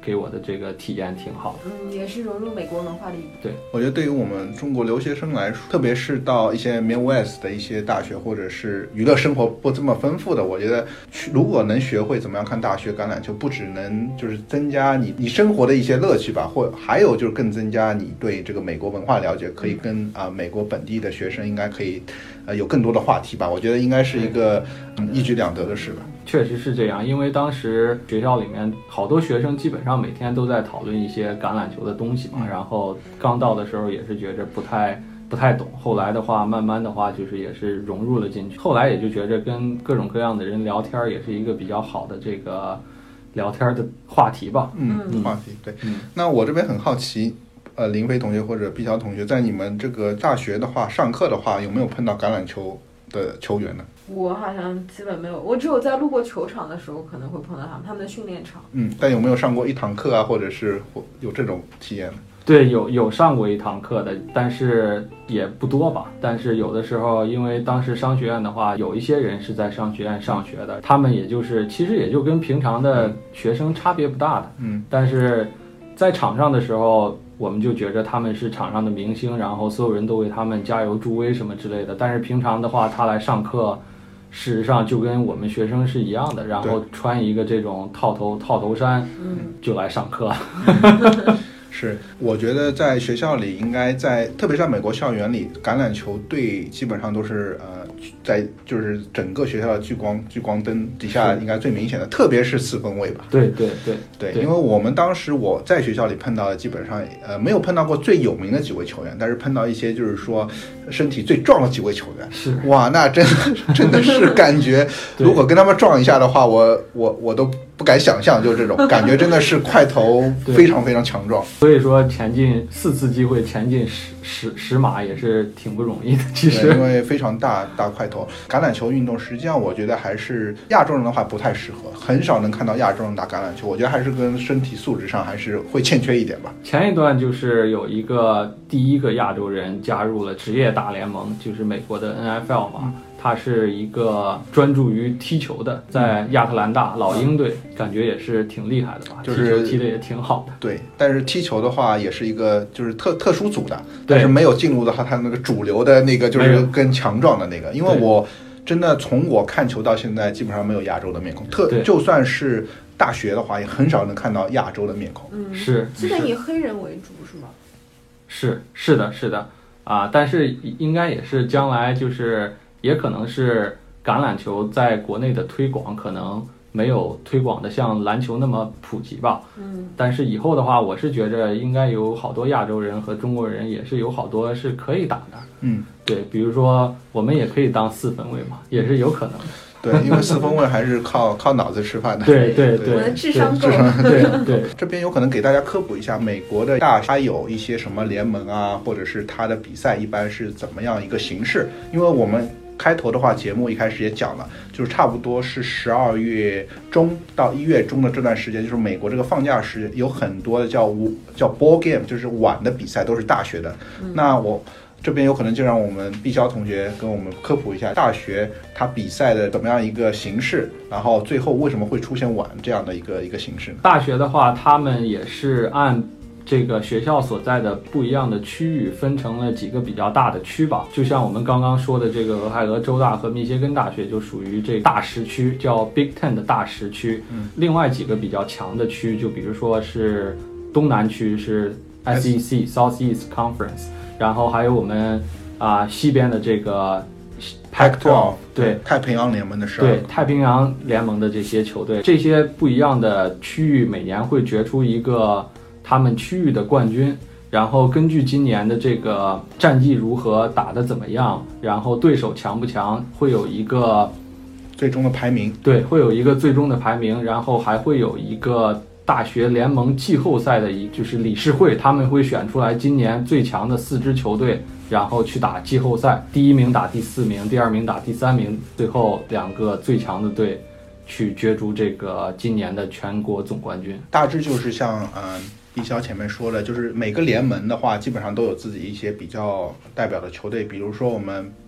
给我的这个体验挺好的。 嗯，也是融入美国文化的一部分。 对， 我觉得对于我们中国留学生来说，特别是到一些 Midwest 的一些大学，或者是娱乐生活不这么丰富的，我觉得如果能学会怎么样看大学橄榄球，不只能就是增加你你生活的一些乐趣吧，或还有就是更增加你对这个美国文化了解，可以跟啊、呃、美国本地的学生应该可以呃有更多的话题吧。我觉得应该是一个嗯一举两得的事吧。 确实是这样，因为当时学校里面好多学生基本上每天都在讨论一些橄榄球的东西嘛， 嗯、 然后刚到的时候也是觉着不太不太懂，后来的话慢慢的话就是也是融入了进去，后来也就觉着跟各种各样的人聊天也是一个比较好的这个聊天的话题吧。 嗯， 嗯话题对、 嗯。 那我这边很好奇，呃，林飞同学或者毕晓同学，在你们这个大学的话，上课的话，有没有碰到橄榄球的球员呢？ 我好像基本没有，我只有在路过球场的时候可能会碰到他们，他们的训练场。 嗯，但有没有上过一堂课啊，或者是有这种体验呢？ 对，有有上过一堂课的，但是也不多吧。但是有的时候，因为当时商学院的话，有一些人是在商学院上学的，他们也就是其实也就跟平常的学生差别不大的。 嗯， 但是在场上的时候，我们就觉着他们是场上的明星，然后所有人都为他们加油助威什么之类的。但是平常的话，他来上课，事实上就跟我们学生是一样的，然后穿一个这种套头套头衫， 嗯， 就来上课。 是，我觉得在学校里应该在，特别在美国校园里，橄榄球队基本上都是呃，在就是整个学校的聚光聚光灯底下应该最明显的，特别是四分卫吧。 对对对对，因为我们当时我在学校里碰到的基本上呃没有碰到过最有名的几位球员，但是碰到一些就是说身体最壮的几位球员。 是， 哇，那真的真的是感觉，如果跟他们撞一下的话，我我我都不敢想象，就这种感觉真的是块头非常非常强壮。 所以说前进四次机会前进十十十码也是挺不容易的，其实因为非常大大块头。橄榄球运动实际上我觉得还是亚洲人的话不太适合，很少能看到亚洲人打橄榄球，我觉得还是跟身体素质上还是会欠缺一点吧。 前一段就是有一个第一个亚洲人加入了职业大联盟，就是美国的 N F L 嘛。嗯，他是一个专注于踢球的，在亚特兰大老鹰队，感觉也是挺厉害的吧， 就是踢球踢得也挺好的。 对，但是踢球的话也是一个就是特特殊组的，但是没有进入到他他那个主流的那个就是更强壮的那个，因为我真的从我看球到现在基本上没有亚洲的面孔，特就算是大学的话也很少能看到亚洲的面孔。 嗯， 是基本以黑人为主是吗？ 是是的是的啊，但是应该也是将来就是也可能是橄榄球在国内的推广可能没有推广的像篮球那么普及吧。 嗯， 但是以后的话，我是觉着应该有好多亚洲人和中国人也是有好多是可以打的。 嗯， 对，比如说我们也可以当四分卫嘛，也是有可能的。 对，因为四分卫还是靠靠脑子吃饭的。 对对对， 我的智商够。 对对， 这边有可能给大家科普一下，美国的大它有一些什么联盟啊，或者是它的比赛一般是怎么样一个形式？因为我们开头的话，节目一开始也讲了，就是差不多是十二月中到一月中的这段时间，就是美国这个放假时有很多的叫叫 ball game， 就是晚的比赛都是大学的。嗯、那我这边有可能就让我们毕肖同学跟我们科普一下大学它比赛的怎么样一个形式，然后最后为什么会出现晚这样的一个一个形式呢？ 大学的话，他们也是按这个学校所在的不一样的区域分成了几个比较大的区吧，就像我们刚刚说的这个俄亥俄州大和密歇根大学就属于这个大十区，叫 Big Ten 的大十区。嗯，另外几个比较强的区，就比如说是东南区是 S E C Southeast Conference， 然后还有我们啊、呃、西边的这个 Pac 十二， 对， 太平洋联盟的十二， 对，太平洋联盟的这些球队，这些不一样的区域每年会决出一个他们区域的冠军，然后根据今年的这个战绩如何，打得怎么样，然后对手强不强，会有一个最终的排名。 对，会有一个最终的排名，然后还会有一个大学联盟季后赛的一就是理事会，他们会选出来今年最强的四支球队，然后去打季后赛，第一名打第四名，第二名打第三名，最后两个最强的队去角逐这个今年的全国总冠军。 大致就是像嗯。呃毕肖前面说了，就是每个联盟的话，基本上都有自己一些比较代表的球队，比如说我们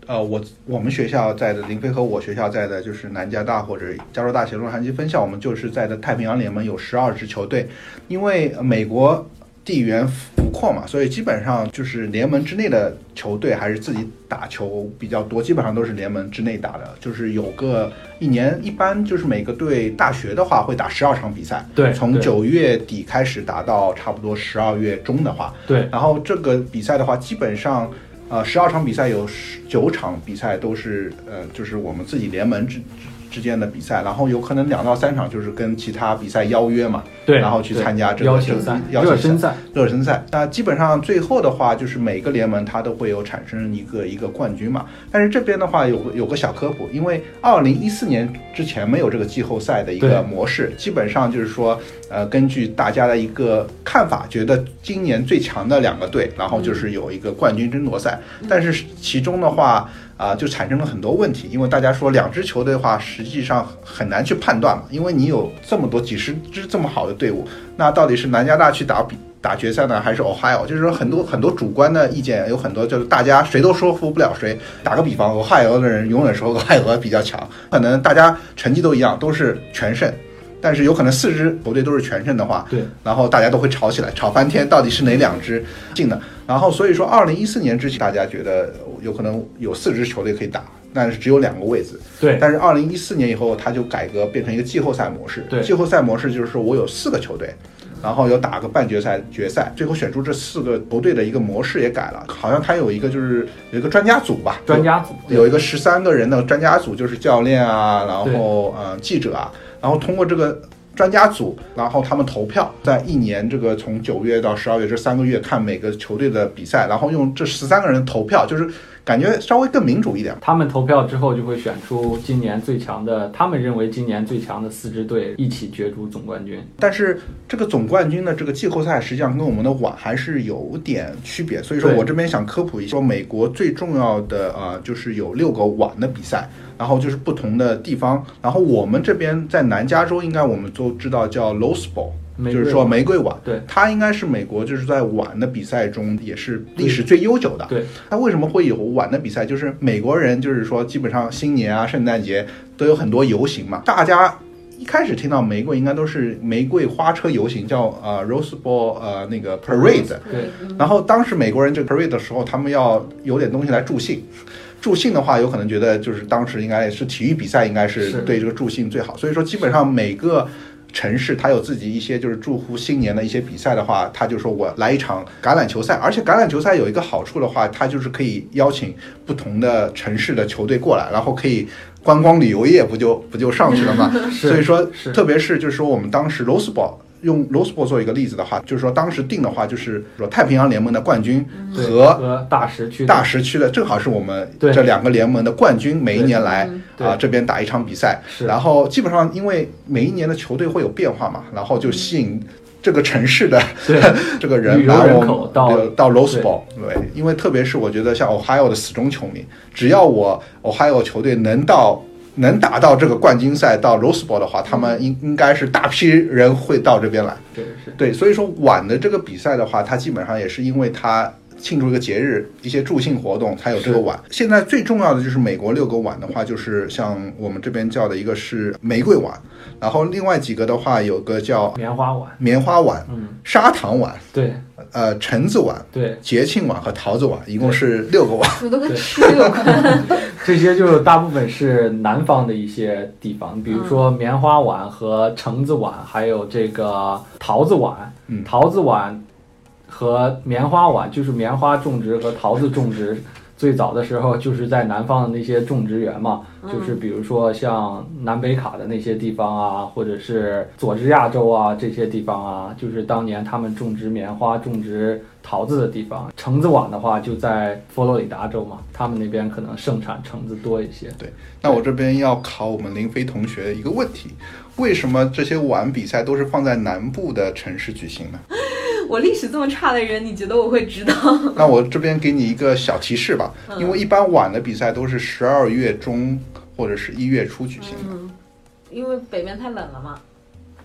呃，我我们学校在的林飞和我学校在的就是南加大或者加州大学洛杉矶分校，我们就是在的太平洋联盟有十二支球队，因为美国地缘辽阔嘛，所以基本上就是联盟之内的球队还是自己打球比较多，基本上都是联盟之内打的，就是有个一年一般就是每个队大学的话会打十二场比赛， 对， 从九月底开始打到差不多十二月中的话， 对， 然后这个比赛的话基本上呃十二场比赛有九场比赛都是呃就是我们自己联盟之之间的比赛，然后有可能两到三场就是跟其他比赛邀约嘛， 对， 然后去参加这个邀请赛、 热身赛、 热身赛。那基本上最后的话，就是每个联盟它都会有产生一个一个冠军嘛。但是这边的话有个有个小科普，因为二零一四年之前没有这个季后赛的一个模式，基本上就是说，呃，根据大家的一个看法，觉得今年最强的两个队，然后就是有一个冠军争夺赛。嗯、但是其中的话。啊、呃，就产生了很多问题，因为大家说两支球队的话，实际上很难去判断嘛，因为你有这么多几十支这么好的队伍，那到底是南加大去打比打决赛呢，还是 Ohio？ 就是说很多很多主观的意见有很多，就是大家谁都说服不了谁。打个比方 ，Ohio 的人永远说 Ohio 比较强，可能大家成绩都一样，都是全胜。但是有可能四支球队都是全胜的话， 对， 然后大家都会吵起来，吵翻天，到底是哪两支进的？然后所以说，二零一四年之前，大家觉得有可能有四支球队可以打，但是只有两个位置。 对。 但是二零一四年以后，它就改革变成一个季后赛模式。 对。 季后赛模式就是说我有四个球队，然后有打个半决赛、决赛，最后选出这四个球队的一个模式也改了，好像它有一个就是有一个专家组吧， 专家组有一个十三个人的专家组，就是教练啊，然后呃记者啊。然后通过这个专家组，然后他们投票，在一年这个从九月到十二月这三个月看每个球队的比赛，然后用这十三个人投票，就是感觉稍微更民主一点。 他们投票之后就会选出今年最强的，他们认为今年最强的四支队一起角逐总冠军。 但是这个总冠军的这个季后赛实际上跟我们的碗还是有点区别，所以说我这边想科普一下，说美国最重要的呃就是有六个碗的比赛。然后就是不同的地方，然后我们这边在南加州，应该我们都知道叫 Rose Bowl， 就是说玫瑰碗， 对， 它应该是美国就是在碗的比赛中也是历史最悠久的。 对， 它为什么会有碗的比赛？就是美国人就是说基本上新年啊、圣诞节都有很多游行嘛，大家一开始听到玫瑰应该都是玫瑰花车游行，叫呃 Rose Bowl 呃那个 Parade。 对， 然后当时美国人这个 Parade 的时候，他们要有点东西来助兴。助兴的话，有可能觉得就是当时应该是体育比赛，应该是对这个助兴最好。所以说，基本上每个城市它有自己一些就是祝福新年的一些比赛的话，他就说我来一场橄榄球赛。而且橄榄球赛有一个好处的话，它就是可以邀请不同的城市的球队过来，然后可以观光旅游业不就不就上去了吗？所以说，特别是就是说我们当时 Rose Bowl。用 Rose Bowl 做一个例子的话，就是说当时定的话，就是说太平洋联盟的冠军和和大石区大石区的正好是我们这两个联盟的冠军，每一年来啊、呃、这边打一场比赛，然后基本上因为每一年的球队会有变化嘛，然后就吸引这个城市的这个人， 然后到到 Rose Bowl， 对，因为特别是我觉得像 Ohio 的死忠球迷，只要我 Ohio 球队能到。能打到这个冠军赛到 Rose Bowl 的话，他们应应该是大批人会到这边来。 对，是对，所以说碗的这个比赛的话，它基本上也是因为它庆祝一个节日，一些助兴活动才有这个碗。现在最重要的就是美国六个碗的话，就是像我们这边叫的一个是玫瑰碗，然后另外几个的话有个叫棉花碗、 棉花碗、嗯、砂糖碗， 对。 呃，橙子碗、 对， 节庆碗和桃子碗，一共是六个碗。 我都跟吃有关。 这些就大部分是南方的一些地方，比如说棉花碗和橙子碗，还有这个桃子碗。 嗯， 桃子碗和棉花碗就是棉花种植和桃子种植。最早的时候就是在南方的那些种植园嘛，就是比如说像南北卡的那些地方啊，或者是佐治亚州啊这些地方啊，就是当年他们种植棉花、种植桃子的地方。橙子碗的话就在佛罗里达州嘛，他们那边可能盛产橙子多一些。 对，那我这边要考我们林飞同学一个问题，为什么这些碗比赛都是放在南部的城市举行呢？ 我历史这么差的人，你觉得我会知道？ 那我这边给你一个小提示吧，嗯、因为一般碗的比赛都是十二月中或者是一月初举行的。 嗯，因为北边太冷了嘛。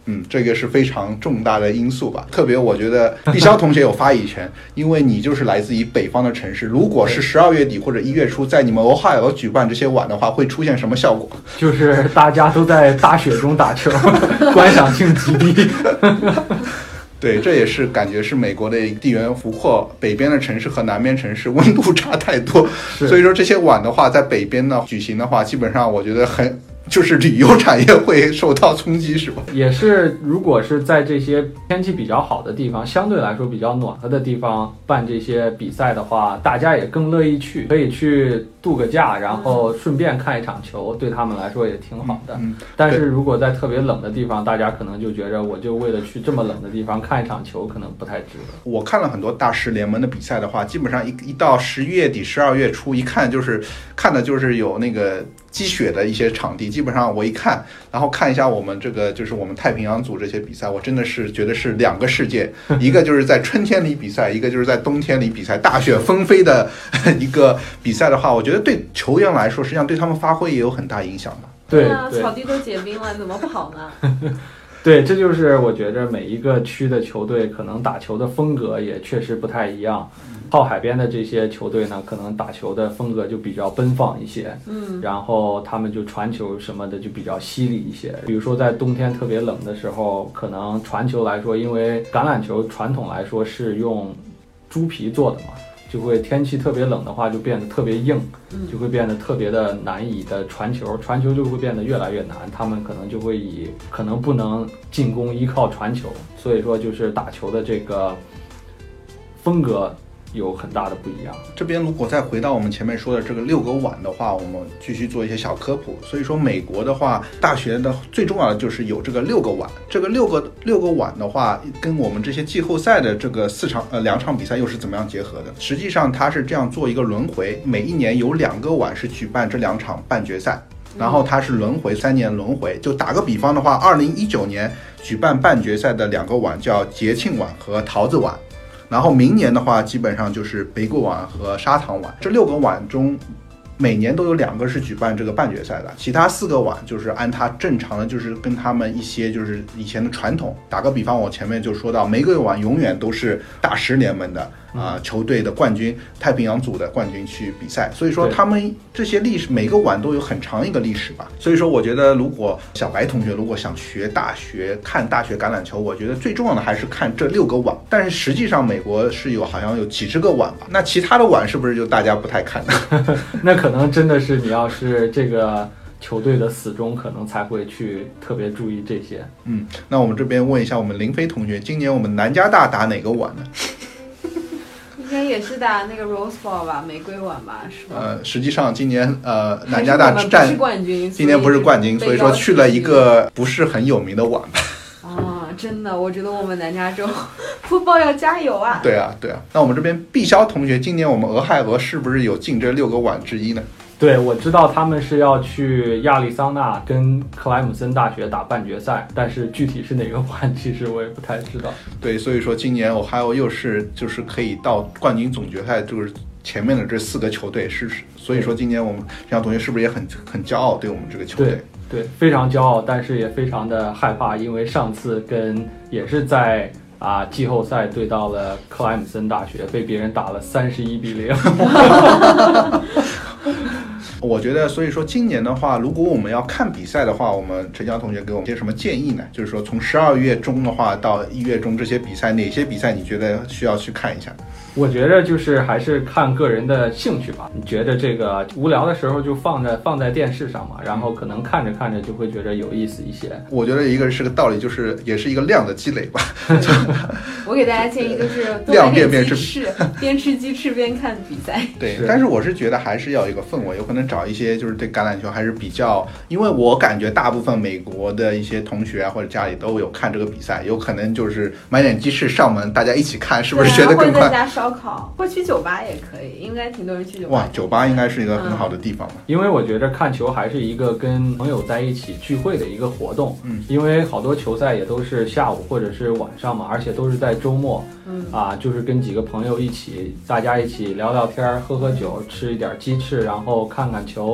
嗯，这个是非常重大的因素吧。特别我觉得毕肖同学有发言权，因为你就是来自于北方的城市，如果是十二月底或者一月初在你们俄亥俄举办这些晚的话，会出现什么效果？ 就是大家都在大雪中打球，观赏性极低。 对，这也是感觉是美国的地缘幅阔，北边的城市和南边城市温度差太多，所以说这些晚的话，在北边呢举行的话，基本上我觉得很。就是旅游产业会受到冲击，是吧？ 也是，如果是在这些天气比较好的地方，相对来说比较暖和的地方办这些比赛的话，大家也更乐意去，可以去度个假，然后顺便看一场球，对他们来说也挺好的。 嗯， 但是如果在特别冷的地方，大家可能就觉着，我就为了去这么冷的地方看一场球，可能不太值得。 我看了很多大师联盟的比赛的话，基本上一一到十一月底、十二月初，一看就是看的就是有那个积雪的一些场地，基本上我一看，然后看一下我们这个就是我们太平洋组这些比赛，我真的是觉得是两个世界，一个就是在春天里比赛，一个就是在冬天里比赛，大雪纷飞的一个比赛的话，我觉得对球员来说，实际上对他们发挥也有很大影响吧。 对啊，草地都结冰了，怎么跑呢？ 对，这就是我觉着每一个区的球队可能打球的风格也确实不太一样。靠海边的这些球队呢，可能打球的风格就比较奔放一些， 嗯， 然后他们就传球什么的就比较犀利一些。比如说在冬天特别冷的时候，可能传球来说，因为橄榄球传统来说是用猪皮做的嘛，就会天气特别冷的话就变得特别硬，就会变得特别的难以的传球，传球就会变得越来越难，他们可能就会以可能不能进攻依靠传球，所以说就是打球的这个风格有很大的不一样。 这边如果再回到我们前面说的这个六个碗的话，我们继续做一些小科普。所以说美国的话，大学的最重要的就是有这个六个碗。这个六个六个碗的话，跟我们这些季后赛的这个四场呃两场比赛又是怎么样结合的？实际上它是这样做一个轮回，每一年有两个碗是举办这两场半决赛。然后它是轮回，三年轮回。就打个比方的话，二零一九年举办半决赛的两个碗叫节庆碗和桃子碗。然后明年的话，基本上就是玫瑰碗和砂糖碗。这六个碗中，每年都有两个是举办这个半决赛的，其他四个碗就是按它正常的，就是跟他们一些就是以前的传统。打个比方，我前面就说到，玫瑰碗永远都是大师联盟的啊、呃、球队的冠军，太平洋组的冠军去比赛。所以说他们这些历史，每个碗都有很长一个历史吧。所以说，我觉得如果小白同学如果想学大学看大学橄榄球，我觉得最重要的还是看这六个碗。但是实际上美国是有好像有几十个碗吧，那其他的碗是不是就大家不太看呢？ 那可能真的是你要是这个球队的死忠，可能才会去特别注意这些。 嗯，那我们这边问一下我们林飞同学，今年我们南加大打哪个碗呢？ 应该也是打那个 Rose Bowl 吧，玫瑰碗吧，是吧？ 呃，实际上今年呃南加大占不是冠军， 今年不是冠军，所以说去了一个不是很有名的碗吧。 啊，真的，我觉得我们南加州 football 要加油啊！ 对啊，对啊。那我们这边毕肖同学，今年我们俄亥俄是不是有进这六个碗之一呢？ 对，我知道他们是要去亚利桑那跟克莱姆森大学打半决赛，但是具体是哪个碗，其实我也不太知道。 对，所以说今年俄亥俄又是就是可以到冠军总决赛，就是前面的这四个球队是，所以说今年我们这样同学是不是也很很骄傲对我们这个球队？ 对，对，非常骄傲，但是也非常的害怕，因为上次跟也是在啊季后赛对到了克莱姆森大学，被别人打了三十一比零。 我觉得，所以说今年的话，如果我们要看比赛的话，我们陈江同学给我们些什么建议呢？就是说从十二月中的话到一月中这些比赛，哪些比赛你觉得需要去看一下？ 我觉得就是还是看个人的兴趣吧。你觉得这个无聊的时候就放在放在电视上嘛，然后可能看着看着就会觉得有意思一些。 我觉得一个是个道理，就是也是一个量的积累吧。 我给大家建议就是量变变鸡翅，边吃鸡翅边看比赛。 对，但是我是觉得还是要有一个氛围，有可能找一些就是对橄榄球还是比较，因为我感觉大部分美国的一些同学啊或者家里都有看这个比赛，有可能就是买点鸡翅上门，大家一起看，是不是觉得更快？ 或者在家烧烤，或去酒吧也可以，应该挺多人去酒吧。 哇，酒吧应该是一个很好的地方吧？ 嗯、因为我觉得看球还是一个跟朋友在一起聚会的一个活动。 嗯， 因为好多球赛也都是下午或者是晚上嘛，而且都是在周末。 嗯啊，就是跟几个朋友一起，大家一起聊聊天，喝喝酒，吃一点鸡翅，然后看看球。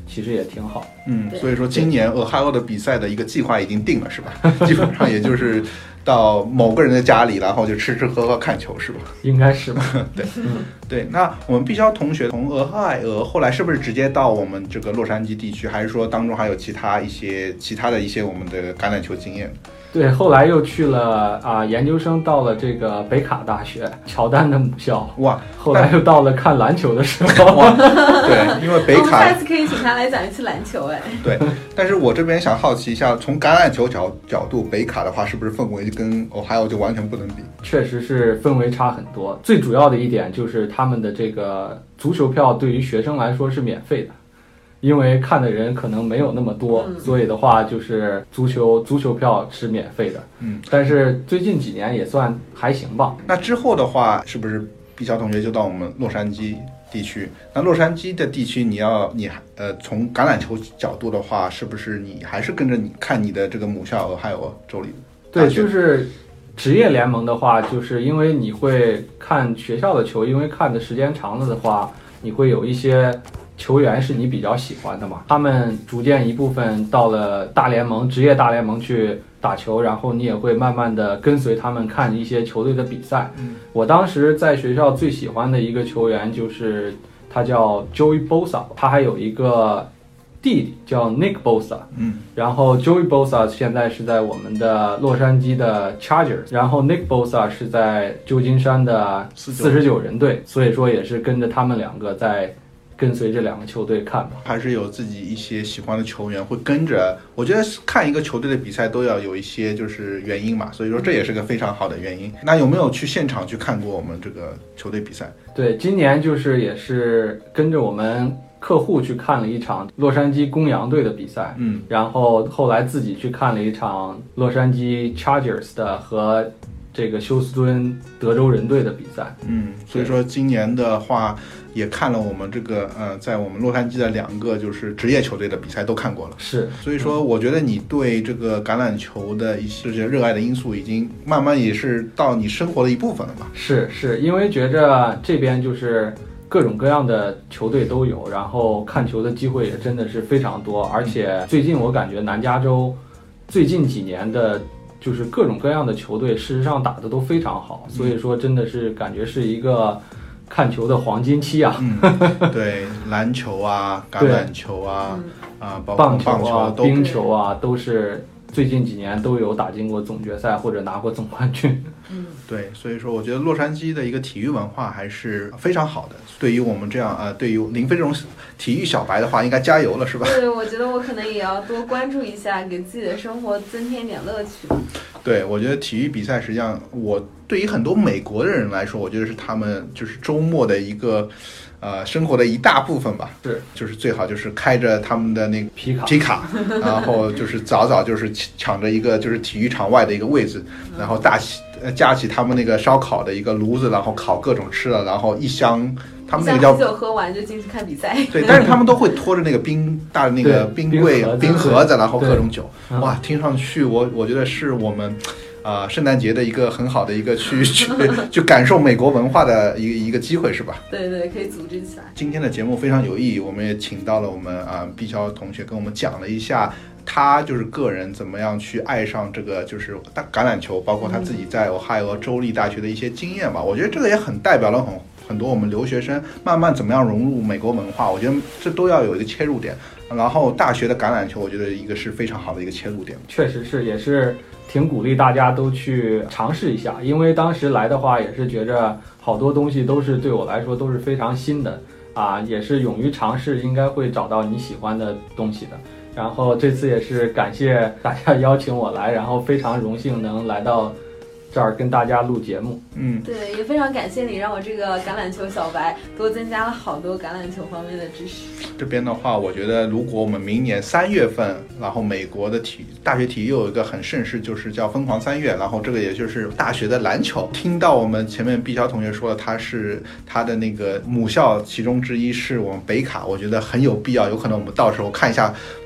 其实也挺好。 嗯，所以说今年俄亥俄的比赛的一个计划已经定了，是吧？基本上也就是到某个人的家里，然后就吃吃喝喝看球，是吧？ 应该是吧。 对，嗯，对。那我们毕肖同学从俄亥俄后来是不是直接到我们这个洛杉矶地区，还是说当中还有其他一些其他的一些我们的橄榄球经验？ 对，后来又去了啊、呃，研究生到了这个北卡大学，乔丹的母校。 哇， 后来又到了看篮球的时候。 哇，对，因为北卡，我们下次可以请他来讲一次篮球，哎。 对，但是我这边想好奇一下，从橄榄球角角度，北卡的话是不是氛围跟俄亥俄就完全不能比？ 确实是氛围差很多。最主要的一点就是他们的这个足球票对于学生来说是免费的。因为看的人可能没有那么多，嗯、所以的话就是足球足球票是免费的。嗯，但是最近几年也算还行吧。 那之后的话，是不是毕肖同学就到我们洛杉矶地区？那洛杉矶的地区，你要你呃从橄榄球角度的话，是不是你还是跟着你看你的这个母校俄亥俄州立？ 对，就是职业联盟的话，就是因为你会看学校的球，因为看的时间长了的话，你会有一些球员是你比较喜欢的嘛，他们逐渐一部分到了大联盟、职业大联盟去打球，然后你也会慢慢的跟随他们看一些球队的比赛。嗯，我当时在学校最喜欢的一个球员就是他叫 Joey Bosa， 他还有一个弟弟叫 Nick Bosa。嗯，然后 Joey Bosa 现在是在我们的洛杉矶的 Chargers， 然后 Nick Bosa 是在旧金山的四十九人队，所以说也是跟着他们两个在跟随这两个球队看吧。 还是有自己一些喜欢的球员会跟着，我觉得看一个球队的比赛都要有一些就是原因嘛，所以说这也是个非常好的原因。那有没有去现场去看过我们这个球队比赛？ 对，今年就是也是跟着我们客户去看了一场洛杉矶公羊队的比赛，嗯，然后后来自己去看了一场洛杉矶 Chargers 的和这个休斯敦德州人队的比赛。 嗯，所以说今年的话也看了我们这个呃，在我们洛杉矶的两个就是职业球队的比赛都看过了。 是， 所以说我觉得你对这个橄榄球的一些热爱的因素已经慢慢也是到你生活的一部分了吧？ 是是，因为觉着这边就是各种各样的球队都有，然后看球的机会也真的是非常多，而且最近我感觉南加州最近几年的就是各种各样的球队事实上打得都非常好，所以说真的是感觉是一个看球的黄金期啊。 嗯、对，篮球啊，橄榄球啊，啊，包括棒球啊、 都冰球啊，都是最近几年都有打进过总决赛或者拿过总冠军。 嗯，对，所以说我觉得洛杉矶的一个体育文化还是非常好的。对于我们这样啊、呃，对于林飞这种体育小白的话，应该加油了，是吧？ 对，我觉得我可能也要多关注一下，给自己的生活增添点乐趣。 对，我觉得体育比赛实际上，我对于很多美国的人来说，我觉得是他们就是周末的一个。呃，生活的一大部分吧， 是， 就是最好就是开着他们的那个皮卡， 皮卡，然后就是早早就是抢着一个就是体育场外的一个位置，然后大起呃架起他们那个烧烤的一个炉子，然后烤各种吃的，然后一箱他们那个叫啤酒喝完就进去看比赛。 对，但是他们都会拖着那个冰大的那个冰柜、冰盒子，然后各种酒，哇，听上去我我觉得是我们。啊、呃，圣诞节的一个很好的一个去去去感受美国文化的一个一个机会，是吧？ 对对，可以组织起来。 今天的节目非常有意义，我们也请到了我们啊毕肖同学跟我们讲了一下他就是个人怎么样去爱上这个就是橄榄球，包括他自己在俄亥俄州立大学的一些经验吧。我觉得这个也很代表了很很多我们留学生慢慢怎么样融入美国文化，我觉得这都要有一个切入点。然后大学的橄榄球，我觉得一个是非常好的一个切入点。 确实是，也是挺鼓励大家都去尝试一下，因为当时来的话也是觉着好多东西都是对我来说都是非常新的啊，也是勇于尝试，应该会找到你喜欢的东西的。然后这次也是感谢大家邀请我来，然后非常荣幸能来到这儿跟大家录节目。 嗯，对，也非常感谢你让我这个橄榄球小白多增加了好多橄榄球方面的知识。 这边的话，我觉得如果我们明年三月份，然后美国的体大学体育有一个很盛世，就是叫疯狂三月，然后这个也就是大学的篮球。听到我们前面毕肖同学说的，他是他的那个母校其中之一是我们北卡，我觉得很有必要，有可能我们到时候看一下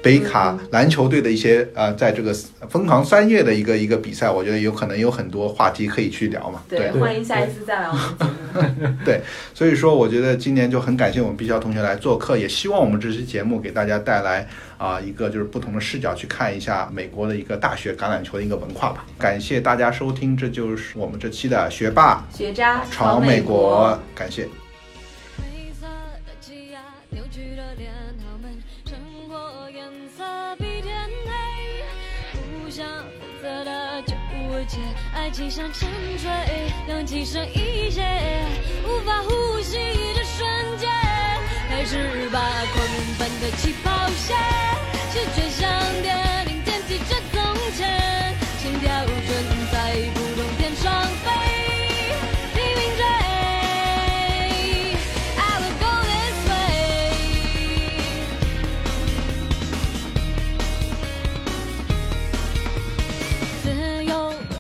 北卡篮球队的一些呃，在这个疯狂三月的一个一个比赛，我觉得有可能有很多话题可以去聊嘛。 对， 对欢迎下一次再来我们节目。 对，所以说我觉得今年就很感谢我们毕肖同学来做客，也希望我们这期节目给大家带来啊、呃、一个就是不同的视角去看一下美国的一个大学橄榄球的一个文化吧。感谢大家收听，这就是我们这期的学霸学渣闯美国，感谢。 黑色的气压扭曲的脸，他们胜过颜色比天黑，互相负责的就无解，爱情像沉睡，氧气剩一些，无法呼吸的瞬间，开始把狂奔的起跑线，视觉像